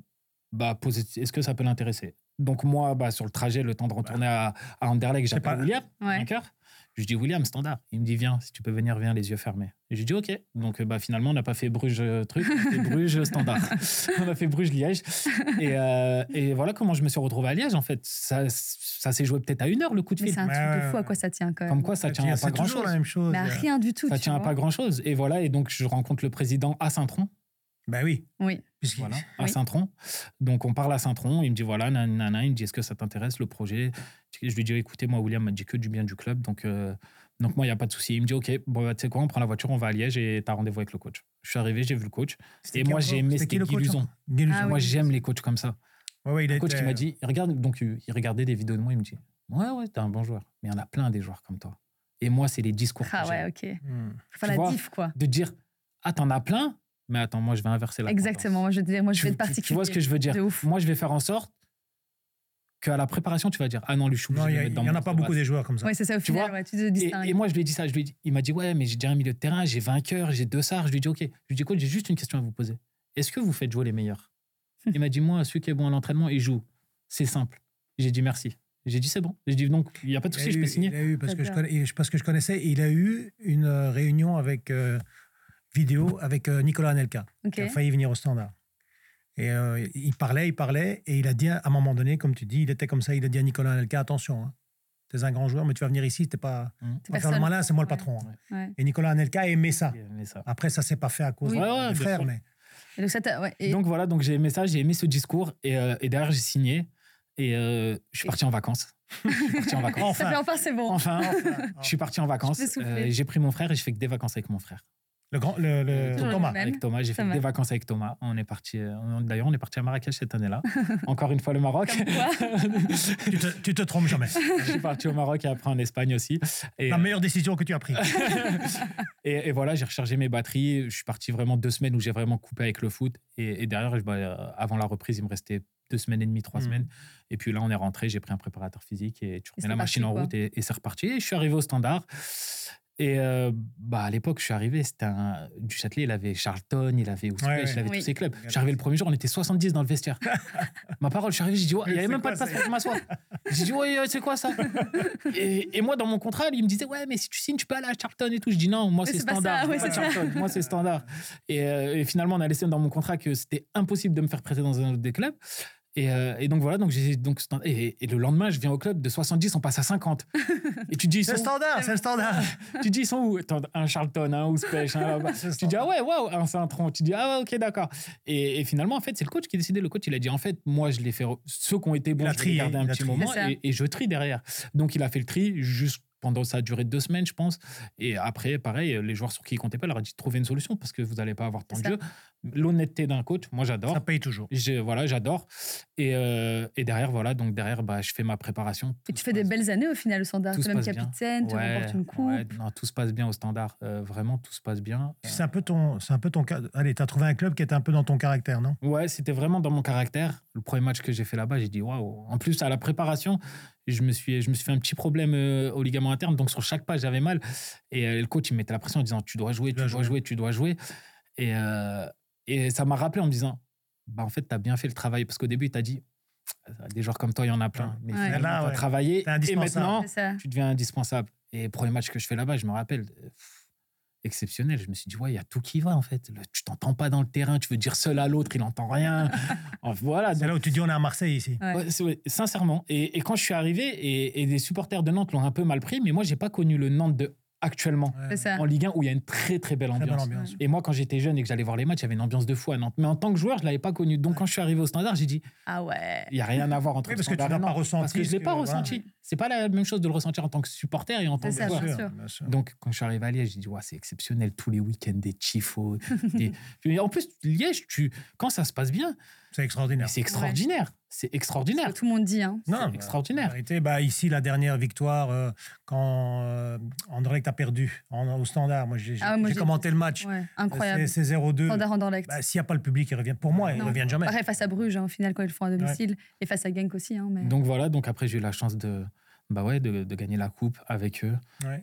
est-ce que ça peut l'intéresser? Donc, moi, sur le trajet, le temps de retourner à Anderlecht, j'appelle William, vainqueur. Je dis William, Standard. Il me dit viens, si tu peux venir, viens, les yeux fermés. Et je lui dis ok. Donc finalement, on n'a pas fait Bruges truc, on a fait Bruges Standard. On a fait Bruges Liège. Et voilà comment je me suis retrouvé à Liège en fait. Ça s'est joué peut-être à 1 heure le coup de fil. Mais c'est un truc de fou à quoi ça tient quand même. Comme quoi ça tient à pas grand chose. La même chose. Mais à rien du tout. Ça tient à pas grand chose. Et voilà. Et donc je rencontre le président à Saint-Tron. Ben oui. Oui. Voilà, à Saint-Tron. Donc, on parle à Saint-Tron. Il me dit, voilà, nanana. Il me dit, est-ce que ça t'intéresse, le projet? Je lui dis, écoutez, moi, William m'a dit que du bien du club. Donc moi, il n'y a pas de souci. Il me dit, OK, bon, tu sais quoi, on prend la voiture, on va à Liège et tu as rendez-vous avec le coach. Je suis arrivé, j'ai vu le coach. Et moi, j'ai aimé Guy Luzon. Moi, j'aime les coachs comme ça. Le coach qui m'a dit, il regardait des vidéos de moi, il me dit, ouais, t'es un bon joueur. Mais il y en a plein des joueurs comme toi. Et moi, c'est les discours que j'aime. Ah ouais, OK. Faut la diff, quoi. De dire, t'en as plein? Mais attends, moi, je vais inverser la Exactement. Moi, je vais être particulier. Tu vois ce que je veux dire? Moi, je vais faire en sorte qu'à la préparation, tu vas dire, ah non, lui, je suis obligé de mettre dans mon... Il n'y en a pas beaucoup des joueurs comme ça. Oui, c'est ça, au final, tu te distingues. Et moi, je lui ai dit ça. Il m'a dit, ouais, mais j'ai déjà un milieu de terrain, j'ai vainqueur, j'ai 2 SAR. Je lui ai dit, OK. Je lui ai dit, écoute, j'ai juste une question à vous poser. Est-ce que vous faites jouer les meilleurs? Il m'a dit, moi, celui qui est bon à l'entraînement, il joue. C'est simple. J'ai dit, merci. J'ai dit, c'est bon. J'ai dit, donc, il n'y a pas de souci, je peux signer. Il a eu, parce que je connaissais, il a eu une réunion avec... vidéo avec Nicolas Anelka, qui a failli venir au Standard. Et il parlait, et il a dit, à un moment donné, comme tu dis, il était comme ça, il a dit à Nicolas Anelka, attention, hein, t'es un grand joueur, mais tu vas venir ici, t'es pas faire le malin, c'est moi le patron. Hein. Et Nicolas Anelka aimait ça. Après, ça s'est pas fait à cause des frères, mais... Donc voilà, donc j'ai aimé ça, j'ai aimé ce discours, et derrière, j'ai signé, et je suis parti en vacances. Enfin, c'est bon. Enfin. Je suis parti en vacances. J'ai pris mon frère et je fais que des vacances avec mon frère. Thomas. Avec Thomas, j'ai fait des vacances avec Thomas. On est parti. D'ailleurs, on est parti à Marrakech cette année-là. Encore une fois, le Maroc. tu te trompes jamais. Je suis parti au Maroc et après en Espagne aussi. La meilleure décision que tu as prise. et voilà, j'ai rechargé mes batteries. Je suis parti vraiment 2 semaines où j'ai vraiment coupé avec le foot. Et derrière, avant la reprise, il me restait 2 semaines et demie, 3 semaines. Et puis là, on est rentré. J'ai pris un préparateur physique et tu remets la machine en route et c'est reparti. Et je suis arrivé au Standard. Et à l'époque, je suis arrivé, du Châtelet, il avait Charlton, il avait Ouspesh, il avait tous ces clubs. Je suis arrivé le premier jour, on était 70 dans le vestiaire. Ma parole, je suis arrivé, j'ai dit, il n'y avait même pas de place pour m'asseoir. J'ai dit, ouais, c'est quoi ça? Et moi, dans mon contrat, il me disait, ouais, mais si tu signes, tu peux aller à Charlton et tout. Je dis, non, moi, c'est standard. Moi, c'est standard. Et finalement, on a laissé dans mon contrat que c'était impossible de me faire prêter dans un autre des clubs. Et donc voilà, et le lendemain, je viens au club, de 70, on passe à 50. Et tu te dis, c'est le standard. Tu te dis, ils sont où? Attends, un Charlton, un Ouspesh, tu te dis, ah ouais, waouh, un Saint-Tron. Tu te dis, ah ouais, ok, d'accord. Et finalement, en fait, c'est le coach qui a décidé. Le coach, il a dit, en fait, moi, je l'ai fait. Ceux qui ont été bons, je vais les garder un petit moment et je trie derrière. Donc, il a fait le tri pendant ça a duré 2 semaines, je pense. Et après, pareil, les joueurs sur qui il comptait pas, il leur a dit trouver une solution parce que vous n'allez pas avoir tant de jeu. L'honnêteté d'un coach, moi j'adore. Ça paye toujours. J'adore. Et derrière, je fais ma préparation. Et tu fais des belles années au final au Standard. Tu es même capitaine, tu remportes une coupe. Ouais, non, tout se passe bien au Standard. Vraiment, tout se passe bien. C'est un peu ton cas. Allez, tu as trouvé un club qui était un peu dans ton caractère, non? Ouais, c'était vraiment dans mon caractère. Le premier match que j'ai fait là-bas, j'ai dit waouh. En plus, à la préparation, je me suis fait un petit problème au ligament interne. Donc, sur chaque pas, j'avais mal. Et le coach, il me mettait la pression en disant tu dois jouer. Et ça m'a rappelé en me disant en fait, tu as bien fait le travail. Parce qu'au début, il t'a dit des joueurs comme toi, il y en a plein. Mais finalement, tu as travaillé. Et maintenant, tu deviens indispensable. Et le premier match que je fais là-bas, je me rappelle, exceptionnel. Je me suis dit, ouais, il y a tout qui va, en fait. Tu t'entends pas dans le terrain, tu veux dire seul à l'autre, il n'entend rien. Voilà. C'est là où tu dis, on est à Marseille ici. Ouais, sincèrement. Et quand je suis arrivé, et les supporters de Nantes l'ont un peu mal pris, mais moi, j'ai pas connu le Nantes de actuellement en Ligue 1 où il y a une très très belle ambiance. Et moi quand j'étais jeune et que j'allais voir les matchs, il y avait une ambiance de fou à Nantes. Mais en tant que joueur, je l'avais pas connu. Donc quand je suis arrivé au Standard, j'ai dit il y a rien à voir entre parce que tu l'as pas ressenti. Parce que je l'ai pas ressenti. C'est pas la même chose de le ressentir en tant que supporter et en tant que joueur. Bien sûr. Donc quand je suis arrivé à Liège, j'ai dit c'est exceptionnel, tous les week-ends des tifos. En plus Liège, quand ça se passe bien, c'est extraordinaire. C'est extraordinaire. C'est extraordinaire. C'est ce que tout le monde dit. C'est extraordinaire. Ici, la dernière victoire, quand Anderlecht a perdu au Standard, moi j'ai commenté le match. Ouais, incroyable. C'est 0-2. Standard Anderlecht. S'il n'y a pas le public, il revient. Pour moi, il ne revient jamais. Pareil face à Bruges, au final, quand ils le font à domicile. Et face à Genk aussi. Mais... Donc voilà, après j'ai eu la chance de gagner la coupe avec eux. Ouais.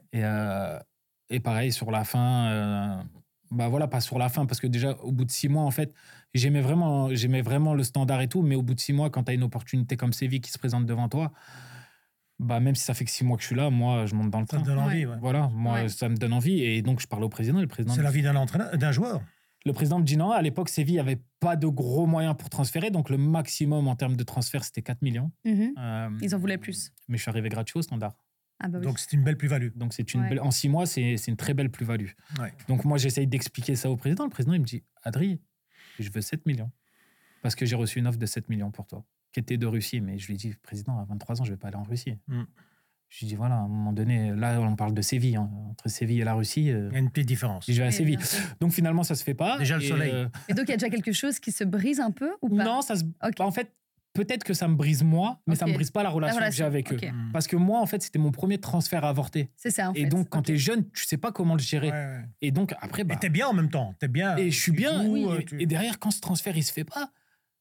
Et pareil, sur la fin... pas sur la fin, parce que déjà, au bout de 6 mois, en fait, j'aimais vraiment le Standard et tout, mais au bout de 6 mois, quand tu as une opportunité comme Séville qui se présente devant toi, même si ça fait que 6 mois que je suis là, moi, je monte dans le train. Ça te donne envie, ouais. Voilà, moi, ça me donne envie. Et donc, je parle au président. Le président c'est la vie d'un joueur. Le président me dit non, à l'époque, Séville n'avait pas de gros moyens pour transférer, donc le maximum en termes de transfert, c'était 4 millions. Ils en voulaient plus. Mais je suis arrivé gratuit au Standard. Donc c'est une belle plus-value. Donc en 6 mois, c'est une très belle plus-value. Ouais. Donc moi, j'essaye d'expliquer ça au président. Le président, il me dit Adri, je veux 7 millions. Parce que j'ai reçu une offre de 7 millions pour toi, qui était de Russie. Mais je lui ai dit, président, à 23 ans, je ne vais pas aller en Russie. Je lui ai dit, voilà, à un moment donné, là, on parle de Séville. Entre Séville et la Russie. Il y a une petite différence. Je vais à Séville. Donc finalement, ça ne se fait pas. Déjà le soleil. Et donc, il y a déjà quelque chose qui se brise un peu ou pas? Non, en fait, peut-être que ça me brise moi, mais ça ne me brise pas la relation que j'ai avec eux. Parce que moi, en fait, c'était mon premier transfert avorté. C'est ça, en fait. Et donc, quand tu es jeune, tu ne sais pas comment le gérer. Ouais. Et donc, après... Et tu es bien en même temps. T'es bien. Et je suis bien. Et derrière, quand ce transfert, il ne se fait pas,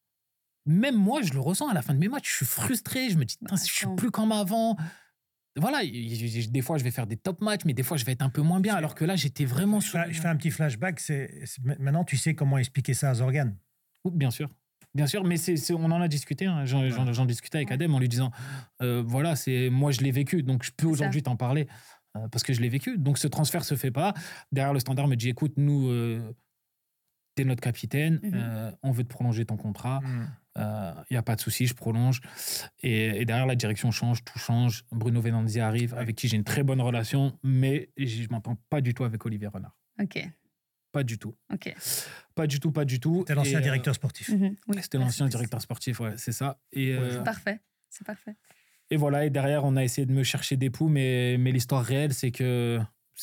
même moi, je le ressens à la fin de mes matchs. Je suis frustré. Je me dis, je ne suis plus comme avant. Voilà, des fois, je vais faire des top matchs, mais des fois, je vais être un peu moins bien. Alors que là, j'étais vraiment... Je fais un petit flashback. Maintenant, tu sais comment expliquer ça à Zorgan. Bien sûr. Bien sûr, mais on en a discuté. Hein. J'en discutais avec Adem en lui disant voilà, moi je l'ai vécu, donc je peux aujourd'hui t'en parler parce que je l'ai vécu. Donc ce transfert se fait pas. Derrière, le Standard me dit écoute, nous, t'es notre capitaine, on veut te prolonger ton contrat. Y a pas de souci, je prolonge. Et derrière, la direction change, tout change. Bruno Venanzi arrive, avec qui j'ai une très bonne relation, mais je m'entends pas du tout avec Olivier Renard. Ok. Pas du tout. Ok. Pas du tout. C'était l'ancien directeur sportif. Oui, c'était l'ancien directeur sportif, ouais, c'est ça. Et, c'est parfait. C'est parfait. Et voilà, et derrière, on a essayé de me chercher des poux, mais l'histoire réelle, c'est que...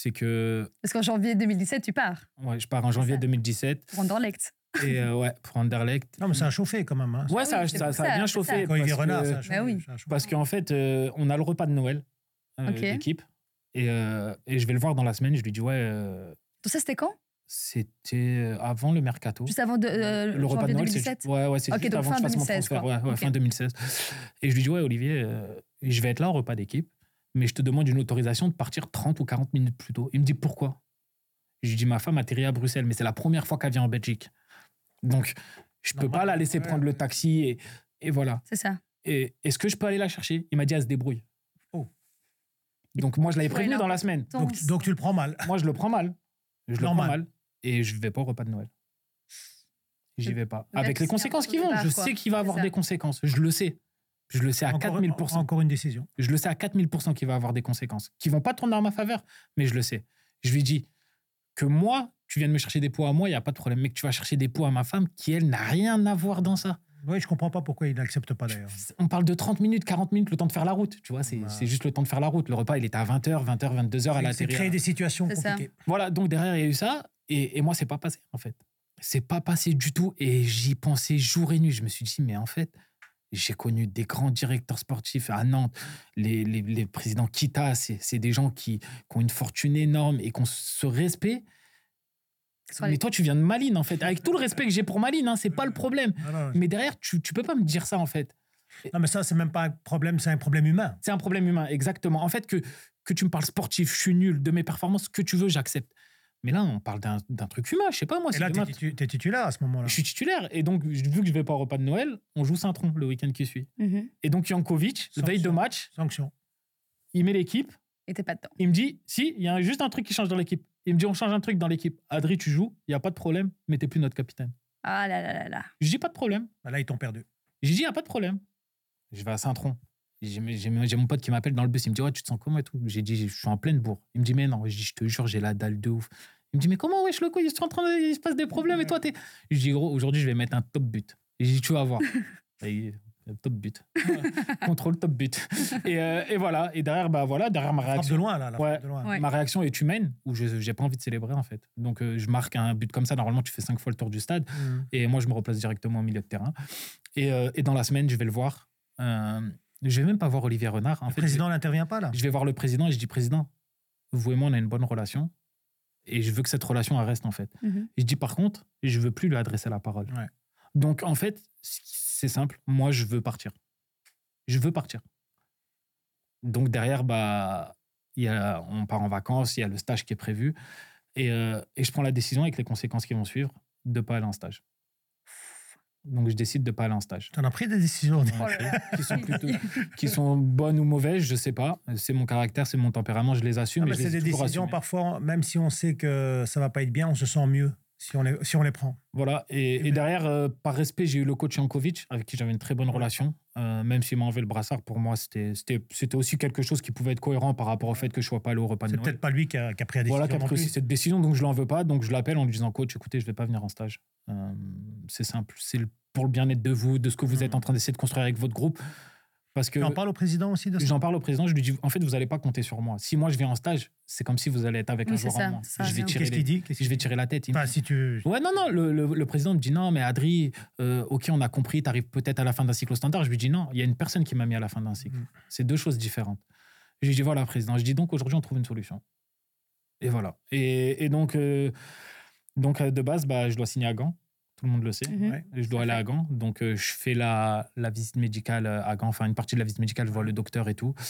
Parce qu'en janvier 2017, tu pars. Ouais, je pars en janvier 2017. Pour Anderlecht. Et pour Anderlecht. Non, mais ça a chauffé quand même. Hein. Ouais, ça a bien chauffé. Quand Olivier Renard, ça a chauffé. Oui. Parce qu'en fait, on a le repas de Noël d'équipe. Et je vais le voir dans la semaine. Je lui dis, Tout ça, c'était quand? C'était avant le mercato. Juste avant le repas de Noël, 2017. c'est juste avant que je fasse mon transfert. Fin 2016. Et je lui dis, Olivier, je vais être là au repas d'équipe. mais je te demande une autorisation de partir 30 ou 40 minutes plus tôt. Il me dit, pourquoi? Je lui dis, ma femme atterrit à Bruxelles, mais c'est la première fois qu'elle vient en Belgique. Donc, je ne peux pas la laisser prendre le taxi et voilà. C'est ça. Et est-ce que je peux aller la chercher? Il m'a dit, elle se débrouille. Donc, moi, je l'avais prévenu dans la semaine. Donc, tu le prends mal. Moi, je le prends mal. Je le prends mal. Et je ne vais pas au repas de Noël. J'y vais pas. Avec les conséquences qui vont. Je sais qu'il va avoir des conséquences. Je le sais. Je le sais à 4000%. Encore une décision. Je le sais à 4000% qu'il va avoir des conséquences. Qui ne vont pas tourner en ma faveur, mais je le sais. Je lui dis que moi, tu viens de me chercher des pots à moi, il n'y a pas de problème. Mais que tu vas chercher des pots à ma femme qui, elle, n'a rien à voir dans ça. Oui, je ne comprends pas pourquoi il n'accepte pas d'ailleurs. On parle de 30 minutes, 40 minutes, le temps de faire la route. Tu vois, c'est juste le temps de faire la route. Le repas, il était à 20h, 22h à la télé. C'est créer des situations compliquées. Voilà, donc derrière, il y a eu ça. Et moi, c'est pas passé, en fait. C'est pas passé du tout. Et j'y pensais jour et nuit. Je me suis dit, mais en fait, j'ai connu des grands directeurs sportifs à Nantes. Les présidents Kita, c'est des gens qui ont une fortune énorme et qui ont ce respect. Mais toi, tu viens de Malines, en fait. Avec tout le respect que j'ai pour Malines, hein, c'est pas le problème. Non. Mais derrière, tu peux pas me dire ça, en fait. Non, mais ça, c'est même pas un problème, c'est un problème humain. C'est un problème humain, exactement. En fait, que tu me parles sportif, je suis nul, de mes performances, ce que tu veux, j'accepte. Mais là, on parle d'un truc humain, je sais pas moi. Et là, t'es titulaire à ce moment-là. Je suis titulaire. Et donc, vu que je vais pas au repas de Noël, on joue Saint-Tron le week-end qui suit. Et donc, Jankovic, veille de match, sanction. Il met l'équipe. Et t'es pas dedans. Il me dit, si, il y a juste un truc qui change dans l'équipe. Il me dit, on change un truc dans l'équipe. Adri, tu joues, il n'y a pas de problème, mais t'es plus notre capitaine. Ah là là là là. Je dis, pas de problème. Bah là, ils t'ont perdu. J'ai dit, il n'y a pas de problème. Je vais à Saint-Tron. J'ai mon pote qui m'appelle dans le bus. Il me dit, ouais, tu te sens comment et tout. J'ai dit, je suis en pleine bourre. Il me dit, mais non. Je dis, je te jure, j'ai la dalle de ouf. Il me dit, mais comment, wesh, le coup, il se passe des problèmes et toi, t'es. Je dis, gros, aujourd'hui, je vais mettre un top but. Et j'ai dit, tu vas voir. Top but. Contrôle, top but. Et voilà. Et derrière, derrière ma réaction. De loin, là. De loin. Ouais. Ma réaction est humaine, où je n'ai pas envie de célébrer, en fait. Donc, je marque un but comme ça. Normalement, tu fais 5 fois le tour du stade. Et moi, je me replace directement au milieu de terrain. Et dans la semaine, je vais le voir. Je vais même pas voir Olivier Renard. Le président n'intervient pas, là? Je vais voir le président et je dis, président, vous et moi, on a une bonne relation. Et je veux que cette relation, elle reste, en fait. Et je dis, par contre, je veux plus lui adresser la parole. Ouais. Donc, en fait, c'est simple. Moi, je veux partir. Je veux partir. Donc, derrière, on part en vacances, il y a le stage qui est prévu. Et je prends la décision, avec les conséquences qui vont suivre, de ne pas aller en stage. Donc, je décide de ne pas aller en stage. Tu en as pris des décisions qui sont bonnes ou mauvaises, je ne sais pas. C'est mon caractère, c'est mon tempérament, je les assume. Mais c'est des décisions, parfois, même si on sait que ça ne va pas être bien, on se sent mieux. Si on les prend. Voilà. Et derrière, par respect, j'ai eu le coach Jankovic, avec qui j'avais une très bonne relation. Même s'il m'a enlevé le brassard, pour moi, c'était aussi quelque chose qui pouvait être cohérent par rapport au fait que je ne sois pas allé au repas de Noël. C'est peut-être pas lui qui a pris la décision. Voilà, qui a pris aussi cette décision, donc je ne l'en veux pas. Donc je l'appelle en lui disant, coach, écoutez, je ne vais pas venir en stage. C'est simple. C'est pour le bien-être de vous, de ce que vous êtes en train d'essayer de construire avec votre groupe. Parce que j'en parle au président aussi de ça. J'en parle au président, je lui dis, en fait, vous n'allez pas compter sur moi. Si moi je viens en stage, c'est comme si vous allez être avec un joueur en moins. Je vais tirer la tête. Ouais, non, le président me dit, non, mais Adri, ok, on a compris, tu arrives peut-être à la fin d'un cycle au standard. Je lui dis, non, il y a une personne qui m'a mis à la fin d'un cycle. C'est deux choses différentes. Je lui dis, voilà, président. Je dis, donc aujourd'hui, on trouve une solution. Et voilà. Et donc, de base, je dois signer à Gand. Tout le monde le sait. Je dois aller à Gand. Donc, je fais la visite médicale à Gand. Enfin, une partie de la visite médicale, je vois le docteur et tout.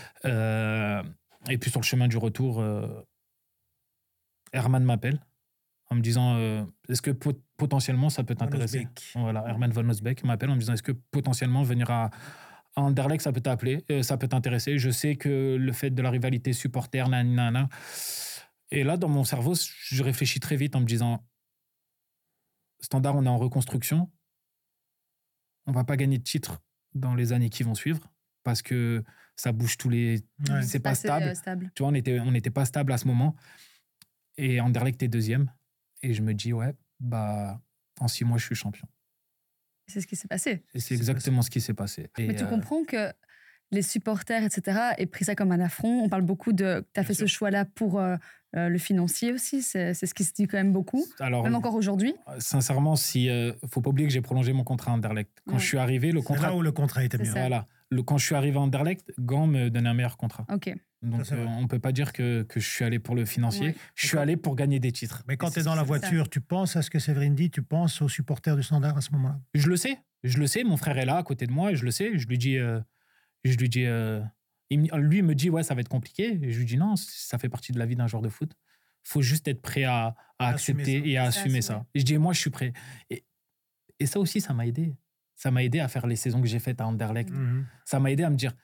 Et puis, sur le chemin du retour, Herman m'appelle en me disant est-ce que potentiellement ça peut t'intéresser? Voilà, Herman Van Osbeek m'appelle en me disant est-ce que potentiellement venir à Anderlecht, ça peut ça peut t'intéresser? Je sais que le fait de la rivalité supporter, nanana. Et là, dans mon cerveau, je réfléchis très vite en me disant Standard, on est en reconstruction. On va pas gagner de titre dans les années qui vont suivre parce que ça bouge tous les. Ouais. C'est pas stable. Tu vois, on n'était pas stable à ce moment. Et Anderlecht est deuxième. Et je me dis en 6 mois, je suis champion. C'est ce qui s'est passé. Et c'est exactement ce qui s'est passé. Mais tu comprends que les supporters, etc., aient pris ça comme un affront. On parle beaucoup de. Tu as fait ce choix-là pour le financier aussi. C'est ce qui se dit quand même beaucoup. Alors, même encore aujourd'hui. Sincèrement, faut pas oublier que j'ai prolongé mon contrat à Anderlecht. Quand je suis arrivé, le contrat. C'est là où le contrat était mieux. Voilà. Quand je suis arrivé à Anderlecht, Gand me donnait un meilleur contrat. Ok. Donc, on ne peut pas dire que je suis allé pour le financier. Ouais. Je suis allé pour gagner des titres. Mais quand tu es dans la voiture, tu penses à ce que Séverine dit, tu penses aux supporters du Standard à ce moment-là? Je le sais. Mon frère est là, à côté de moi, et je le sais. Je lui dis Lui, il me dit, ouais, ça va être compliqué. Et je lui dis, non, ça fait partie de la vie d'un joueur de foot. Il faut juste être prêt à accepter et à assumer ça. Et je dis, moi, je suis prêt. Et ça aussi, ça m'a aidé. Ça m'a aidé à faire les saisons que j'ai faites à Anderlecht. Ça m'a aidé à me dire,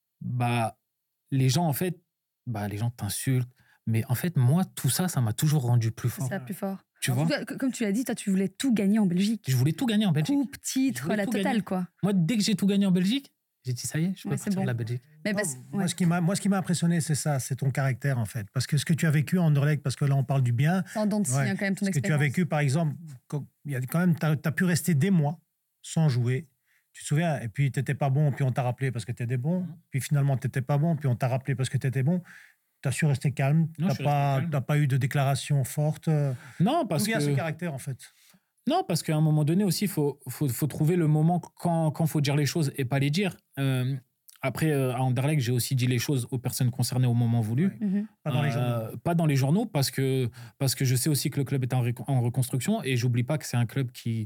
les gens, en fait, les gens t'insultent. Mais en fait, moi, tout ça, ça m'a toujours rendu plus fort. C'est ça, plus fort. Tu vois ? Comme tu l'as dit, toi, tu voulais tout gagner en Belgique. Je voulais tout gagner en Belgique. Coupe, titre, la totale, quoi. Moi, dès que j'ai tout gagné en Belgique, j'ai dit, ça y est, je peux partir de la Belgique. Mais moi, ce qui m'a impressionné, c'est ça, c'est ton caractère, en fait. Parce que ce que tu as vécu en Anderlecht, parce que là, on parle du bien. C'est en dents de scie, quand même, ton expérience. Ce que tu as vécu, par exemple, il y a quand même, tu as pu rester des mois sans jouer. Tu te souviens ? Et puis, tu n'étais pas bon, puis on t'a rappelé parce que tu étais bon. Puis finalement, tu n'étais pas bon, puis on t'a rappelé parce que tu étais bon. Tu as su rester calme. Tu n'as pas eu de déclaration forte. Non, parce que... D'où vient ce caractère, en fait ? Non, parce qu'à un moment donné aussi, il faut trouver le moment quand il faut dire les choses et pas les dire. Après, à Anderlecht, j'ai aussi dit les choses aux personnes concernées au moment voulu. Pas dans les journaux. Pas dans les journaux, parce que je sais aussi que le club est en reconstruction et j'oublie pas que c'est un club qui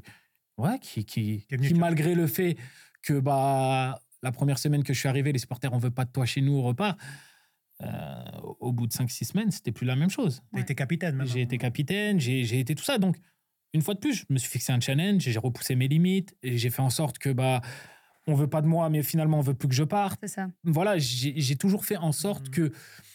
malgré le fait que la première semaine que je suis arrivé, les supporters, on veut pas de toi chez nous au repas. Au bout de 5-6 semaines, c'était plus la même chose. Tu été capitaine maintenant. J'ai été capitaine, j'ai été tout ça. Donc, une fois de plus, je me suis fixé un challenge, j'ai repoussé mes limites et j'ai fait en sorte que on veut pas de moi, mais finalement on veut plus que je parte. C'est ça. Voilà, j'ai toujours fait en sorte que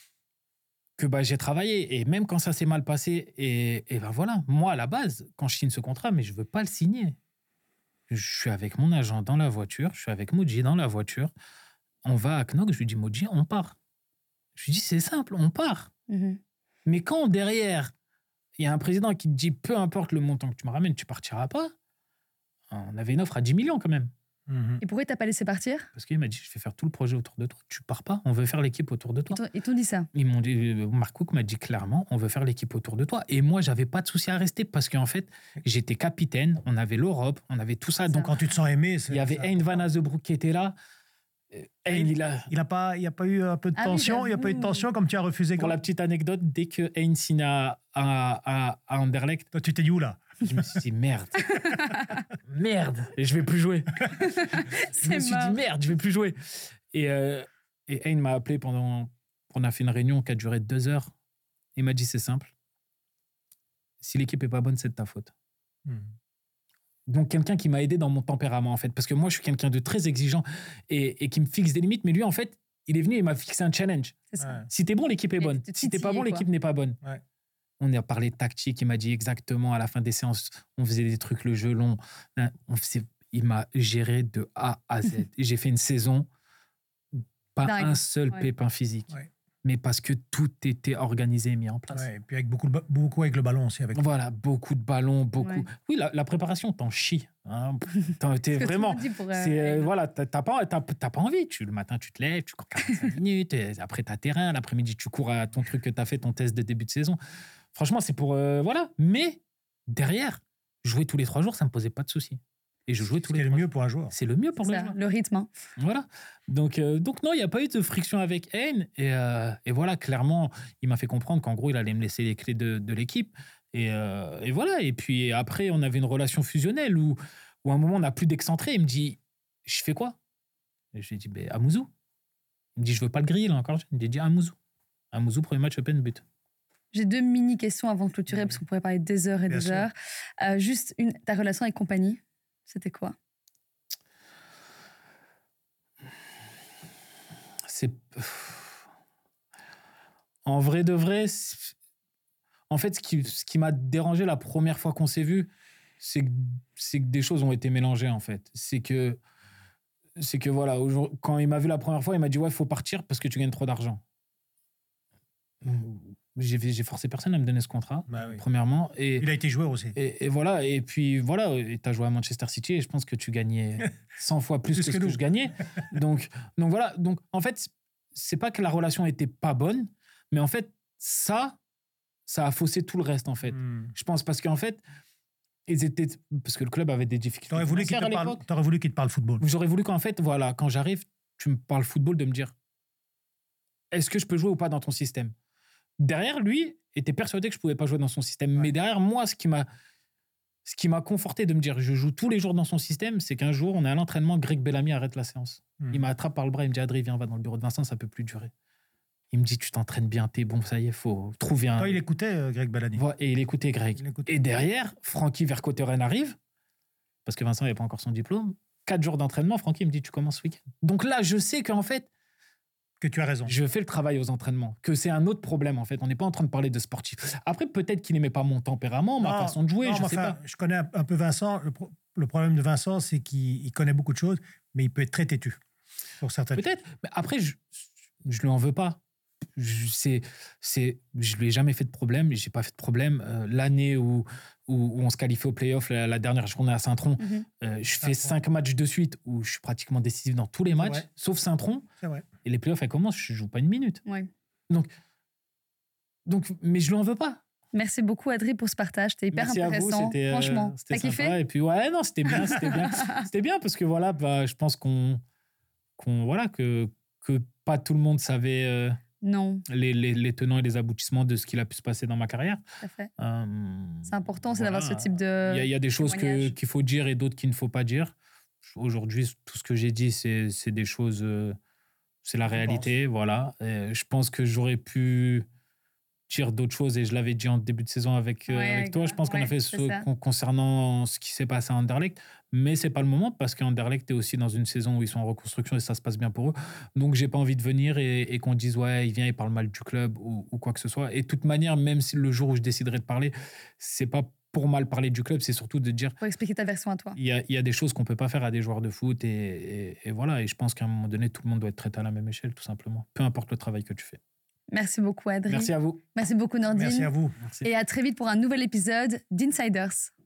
j'ai travaillé, et même quand ça s'est mal passé, et voilà, moi à la base, quand je signe ce contrat, mais je veux pas le signer. Je suis avec mon agent dans la voiture, je suis avec Moji dans la voiture, on va à Knock, je lui dis Moji, on part. Je lui dis c'est simple, on part. Mais quand derrière il y a un président qui te dit peu importe le montant que tu me ramènes, tu partiras pas. On avait une offre à 10 millions quand même. Et pourquoi t'as pas laissé partir ? Parce qu'il m'a dit, je vais faire tout le projet autour de toi. Tu pars pas, on veut faire l'équipe autour de toi. Ils t'ont dit ça ? Ils m'ont dit, Mark Cook m'a dit clairement, on veut faire l'équipe autour de toi. Et moi, j'avais pas de souci à rester parce qu'en fait, j'étais capitaine, on avait l'Europe, on avait tout ça. Donc quand tu te sens aimé, il y avait Hein van Azebroek qui était là. Il n'y a pas eu un peu de tension, il n'y a pas eu de tension comme tu as refusé. Pour la petite anecdote, dès que Hein signe à Anderlecht, toi tu t'es dit où là ? Je me suis dit merde, et je vais plus jouer. Je me suis dit merde, je vais plus jouer. Et Hein m'a appelé on a fait une réunion qui a duré 2 heures. Il m'a dit c'est simple, si l'équipe est pas bonne, c'est de ta faute. Donc quelqu'un qui m'a aidé dans mon tempérament en fait, parce que moi je suis quelqu'un de très exigeant et qui me fixe des limites, mais lui en fait il est venu et il m'a fixé un challenge. C'est ça. Si t'es bon, l'équipe est bonne. Si t'es pas bon, l'équipe n'est pas bonne. Ouais. On a parlé de tactique, il m'a dit exactement à la fin des séances, on faisait des trucs le jeu long, il m'a géré de A à Z. Et j'ai fait une saison, pas un seul pépin physique. Ouais. Mais parce que tout était organisé et mis en place. Ouais, et puis avec beaucoup avec le ballon aussi. Voilà, beaucoup de ballons, beaucoup. Ouais. Oui, la préparation, t'en chies. Hein. T'es vraiment. Voilà, t'as pas envie. Le matin, tu te lèves, tu cours 45 minutes. Après, t'as terrain. L'après-midi, tu cours à ton truc que t'as fait, ton test de début de saison. Franchement, c'est pour. Voilà. Mais derrière, jouer tous les 3 jours, ça me posait pas de soucis. Et je jouais tous les 3 jours. C'est le mieux pour un joueur. C'est le mieux pour le joueur. Le rythme. Hein. Voilà. Donc non, il n'y a pas eu de friction avec Hein. Et voilà, clairement, il m'a fait comprendre qu'en gros, il allait me laisser les clés de l'équipe. Et voilà. Et puis après, on avait une relation fusionnelle où à un moment, on n'a plus d'excentré. Il me dit, je fais quoi ? Et je lui ai dit, Amouzou. Il me dit, je veux pas le griller là encore. Je lui ai dit, Amouzou. Amouzou, premier match, open but. J'ai 2 mini-questions avant de clôturer, parce qu'on pourrait parler des heures et des heures. Juste ta relation avec Compagnie, c'était quoi ? En vrai de vrai, en fait, ce qui m'a dérangé la première fois qu'on s'est vu, c'est que des choses ont été mélangées, en fait. C'est que voilà, quand il m'a vu la première fois, il m'a dit, ouais, il faut partir parce que tu gagnes trop d'argent. J'ai forcé personne à me donner ce contrat, premièrement. Et, il a été joueur aussi. Et voilà, et puis voilà, tu as joué à Manchester City et je pense que tu gagnais 100 fois plus que ce que je gagnais. Donc voilà, donc en fait, c'est pas que la relation était pas bonne, mais en fait, ça a faussé tout le reste, en fait. Je pense parce qu'en fait, parce que le club avait des difficultés. T'aurais voulu qu'il te parle football. J'aurais voulu qu'en fait, voilà, quand j'arrive, tu me parles football, de me dire, est-ce que je peux jouer ou pas dans ton système ? Derrière, lui, était persuadé que je pouvais pas jouer dans son système. Ouais. Mais derrière, moi, ce ce qui m'a conforté de me dire je joue tous les jours dans son système, c'est qu'un jour, on est à l'entraînement, Greg Bellamy arrête la séance. Il m'attrape par le bras, il me dit Adrien, viens, on va dans le bureau de Vincent, ça peut plus durer. Il me dit tu t'entraînes bien, t'es bon, ça y est, faut trouver un... Toi, il écoutait Greg Bellamy. Et il écoutait Greg. Et derrière, Francky Vercotteren arrive, parce que Vincent n'avait pas encore son diplôme. 4 jours d'entraînement, Francky me dit tu commences ce week-end. Donc là, je sais qu'en fait, que tu as raison. Je fais le travail aux entraînements, que c'est un autre problème en fait. On n'est pas en train de parler de sportif. Après, peut-être qu'il n'aimait pas mon tempérament, ma façon de jouer, je sais pas. Je connais un peu Vincent. Le problème de Vincent, c'est qu'il connaît beaucoup de choses, mais il peut être très têtu pour certaines. Peut-être. Mais après, je lui en veux pas. Je lui ai jamais fait de problème. J'ai pas fait de problème. L'année où on se qualifie au play-off, la dernière journée à Saint-Tron, je fais 5 matchs de suite où je suis pratiquement décisif dans tous les matchs, sauf Saint-Tron. C'est vrai. Et les play-offs, elles commencent, je joue pas une minute. Ouais. Donc, mais je lui en veux pas. Merci beaucoup, Adrien, pour ce partage. C'était hyper intéressant. Franchement, c'était t'as sympa. kiffé? Et puis, ouais, non, c'était bien. C'était bien parce que voilà, je pense que pas tout le monde savait non. les tenants et les aboutissements de ce qu'il a pu se passer dans ma carrière. Tout à fait. C'est important, c'est d'avoir ce type de. Il y a des choses qu'il faut dire et d'autres qu'il ne faut pas dire. Aujourd'hui, tout ce que j'ai dit, c'est des choses. C'est la réalité, voilà. Et je pense que j'aurais pu dire d'autres choses et je l'avais dit en début de saison avec toi. Je pense qu'on a fait concernant ce qui s'est passé à Anderlecht, mais c'est pas le moment parce qu'Anderlecht est aussi dans une saison où ils sont en reconstruction et ça se passe bien pour eux. Donc j'ai pas envie de venir et qu'on dise ouais, il vient, il parle mal du club ou quoi que ce soit. Et de toute manière, même si le jour où je déciderai de parler, c'est pas pour mal parler du club, c'est surtout de dire... Pour expliquer ta version à toi. Il y a des choses qu'on peut pas faire à des joueurs de foot et voilà. Et je pense qu'à un moment donné, tout le monde doit être traité à la même échelle, tout simplement. Peu importe le travail que tu fais. Merci beaucoup, Adrien. Merci à vous. Merci beaucoup, Nordine. Merci à vous. Et à très vite pour un nouvel épisode d'Insiders.